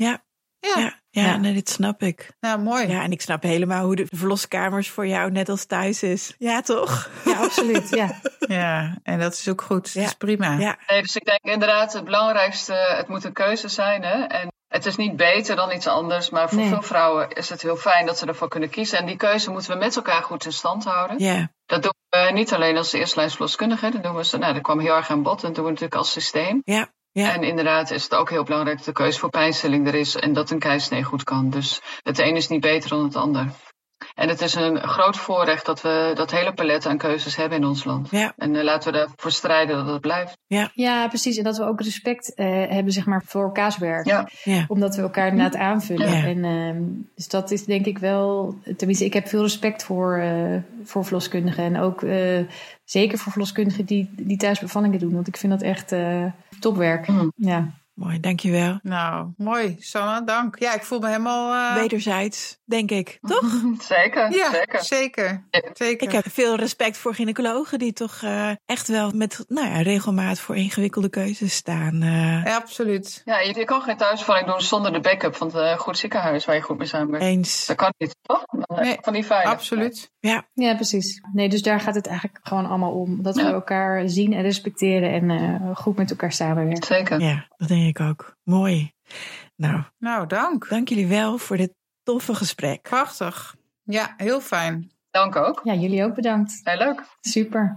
Speaker 1: Ja, nee, dit snap ik.
Speaker 2: Nou, mooi.
Speaker 1: Ja, en ik snap helemaal hoe de verloskamers voor jou net als thuis is. Ja, toch?
Speaker 5: Ja, absoluut, ja.
Speaker 2: Ja, en dat is ook goed. Dat is prima.
Speaker 1: Ja.
Speaker 4: Nee, dus ik denk inderdaad het belangrijkste, het moet een keuze zijn. Hè? En het is niet beter dan iets anders, maar voor veel vrouwen is het heel fijn dat ze ervoor kunnen kiezen. En die keuze moeten we met elkaar goed in stand houden.
Speaker 1: Yeah.
Speaker 4: Dat doen we niet alleen als eerstelijnsverloskundige. Dat doen we, dat kwam heel erg aan bod. Dat doen we natuurlijk als systeem.
Speaker 1: Ja. Ja.
Speaker 4: En inderdaad is het ook heel belangrijk dat de keuze voor pijnstilling er is en dat een keizersnee goed kan. Dus het een is niet beter dan het ander. En het is een groot voorrecht dat we dat hele palet aan keuzes hebben in ons land.
Speaker 1: Ja.
Speaker 4: En laten we ervoor strijden dat het blijft.
Speaker 5: Ja, precies. En dat we ook respect hebben, zeg maar, voor elkaars werk.
Speaker 4: Ja.
Speaker 5: Omdat we elkaar inderdaad aanvullen.
Speaker 1: Ja.
Speaker 5: En dus dat is denk ik wel... Tenminste, ik heb veel respect voor verloskundigen. En ook zeker voor verloskundigen die thuisbevallingen doen. Want ik vind dat echt topwerk. Ja.
Speaker 1: Mooi, dankjewel.
Speaker 2: Nou, mooi. Sanne, dank. Ja, ik voel me helemaal...
Speaker 1: Wederzijds, denk ik. Toch?
Speaker 4: Zeker,
Speaker 2: Ja,
Speaker 4: zeker.
Speaker 2: zeker.
Speaker 1: Ik heb veel respect voor gynaecologen die toch echt wel met regelmaat voor ingewikkelde keuzes staan.
Speaker 2: Ja, absoluut.
Speaker 4: Ja, je kan geen thuisbevalling doen zonder de backup van het goed ziekenhuis waar je goed mee samenwerkt.
Speaker 1: Eens.
Speaker 4: Dat kan niet, toch?
Speaker 2: Nee,
Speaker 4: van die veilig.
Speaker 2: Absoluut.
Speaker 5: Ja, precies. Nee, dus daar gaat het eigenlijk gewoon allemaal om. Dat we elkaar zien en respecteren en goed met elkaar samenwerken.
Speaker 4: Zeker.
Speaker 1: Ja, dat denk ik ook. Mooi. Nou,
Speaker 2: Dank.
Speaker 1: dank jullie wel voor dit toffe gesprek.
Speaker 2: Prachtig. Ja, heel fijn.
Speaker 4: Dank ook.
Speaker 5: Ja, jullie ook bedankt.
Speaker 4: Heel leuk.
Speaker 5: Super.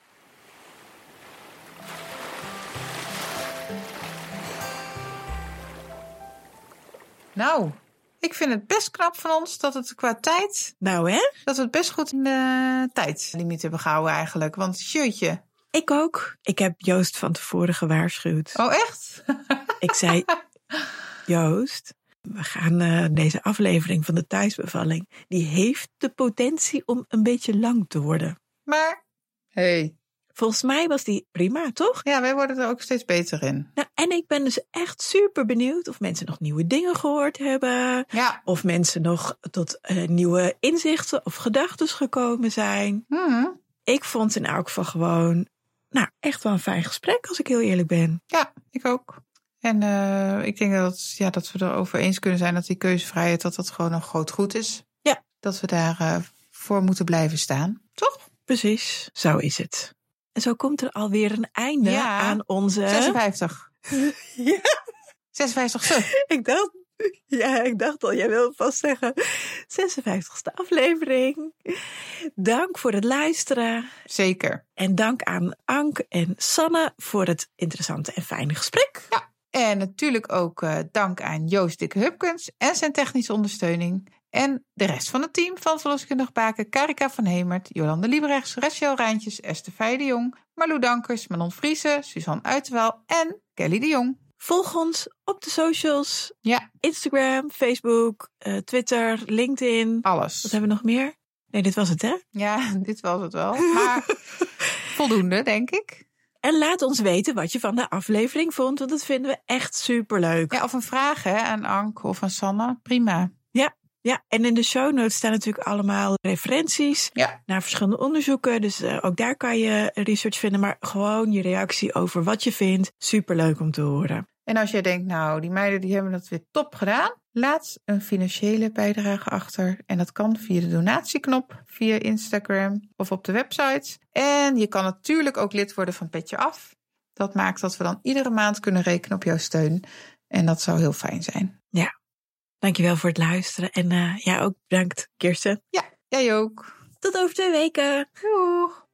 Speaker 2: Nou, ik vind het best knap van ons dat het qua tijd...
Speaker 1: Nou hè?
Speaker 2: dat we het best goed in de tijdlimiet hebben gehouden eigenlijk. Want jeetje.
Speaker 1: Ik ook. Ik heb Joost van tevoren gewaarschuwd.
Speaker 2: Oh, echt?
Speaker 1: Ik zei, Joost, we gaan deze aflevering van de thuisbevalling, die heeft de potentie om een beetje lang te worden.
Speaker 2: Maar,
Speaker 1: Volgens mij was die prima, toch?
Speaker 2: Ja, wij worden er ook steeds beter in.
Speaker 1: Nou, en ik ben dus echt super benieuwd of mensen nog nieuwe dingen gehoord hebben.
Speaker 2: Ja.
Speaker 1: Of mensen nog tot nieuwe inzichten of gedachten gekomen zijn. Ik vond in elk geval gewoon, echt wel een fijn gesprek, als ik heel eerlijk ben.
Speaker 2: Ja, ik ook. En ik denk dat we erover eens kunnen zijn dat die keuzevrijheid, dat gewoon een groot goed is.
Speaker 1: Ja.
Speaker 2: Dat we daar voor moeten blijven staan. Toch?
Speaker 1: Precies, zo is het. En zo komt er alweer een einde aan onze...
Speaker 2: 56.
Speaker 1: Ja.
Speaker 2: 56ste.
Speaker 1: Ik dacht al, jij wil vast zeggen 56ste aflevering. Dank voor het luisteren.
Speaker 2: Zeker.
Speaker 1: En dank aan Ank en Sanne voor het interessante en fijne gesprek.
Speaker 2: Ja, en natuurlijk ook dank aan Joost Dikke-Hupkens en zijn technische ondersteuning. En de rest van het team van Verloskundig Baken, Karika van Hemert, Jolande Liebrechts, Rachel Rijntjes, Esther Fey de Jong, Marlou Dankers, Manon Friese, Suzanne Uiterwaal en Kelly de Jong.
Speaker 1: Volg ons op de socials.
Speaker 2: Ja.
Speaker 1: Instagram, Facebook, Twitter, LinkedIn.
Speaker 2: Alles.
Speaker 1: Wat hebben we nog meer? Nee, dit was het, hè?
Speaker 2: Ja, dit was het wel. Maar voldoende, denk ik.
Speaker 1: En laat ons weten wat je van de aflevering vond, want dat vinden we echt superleuk.
Speaker 2: Ja, of een vraag aan Ank of aan Sanne. Prima.
Speaker 1: Ja, en in de show notes staan natuurlijk allemaal referenties naar verschillende onderzoeken. Dus ook daar kan je research vinden. Maar gewoon je reactie over wat je vindt. Superleuk om te horen.
Speaker 2: En als jij denkt, die meiden die hebben het weer top gedaan. Laat een financiële bijdrage achter. En dat kan via de donatieknop, via Instagram of op de website. En je kan natuurlijk ook lid worden van Petje Af. Dat maakt dat we dan iedere maand kunnen rekenen op jouw steun. En dat zou heel fijn zijn.
Speaker 1: Ja. Dankjewel voor het luisteren. En jij ook bedankt, Kirsten.
Speaker 2: Ja, jij ook.
Speaker 1: Tot over 2 weken.
Speaker 2: Doeg.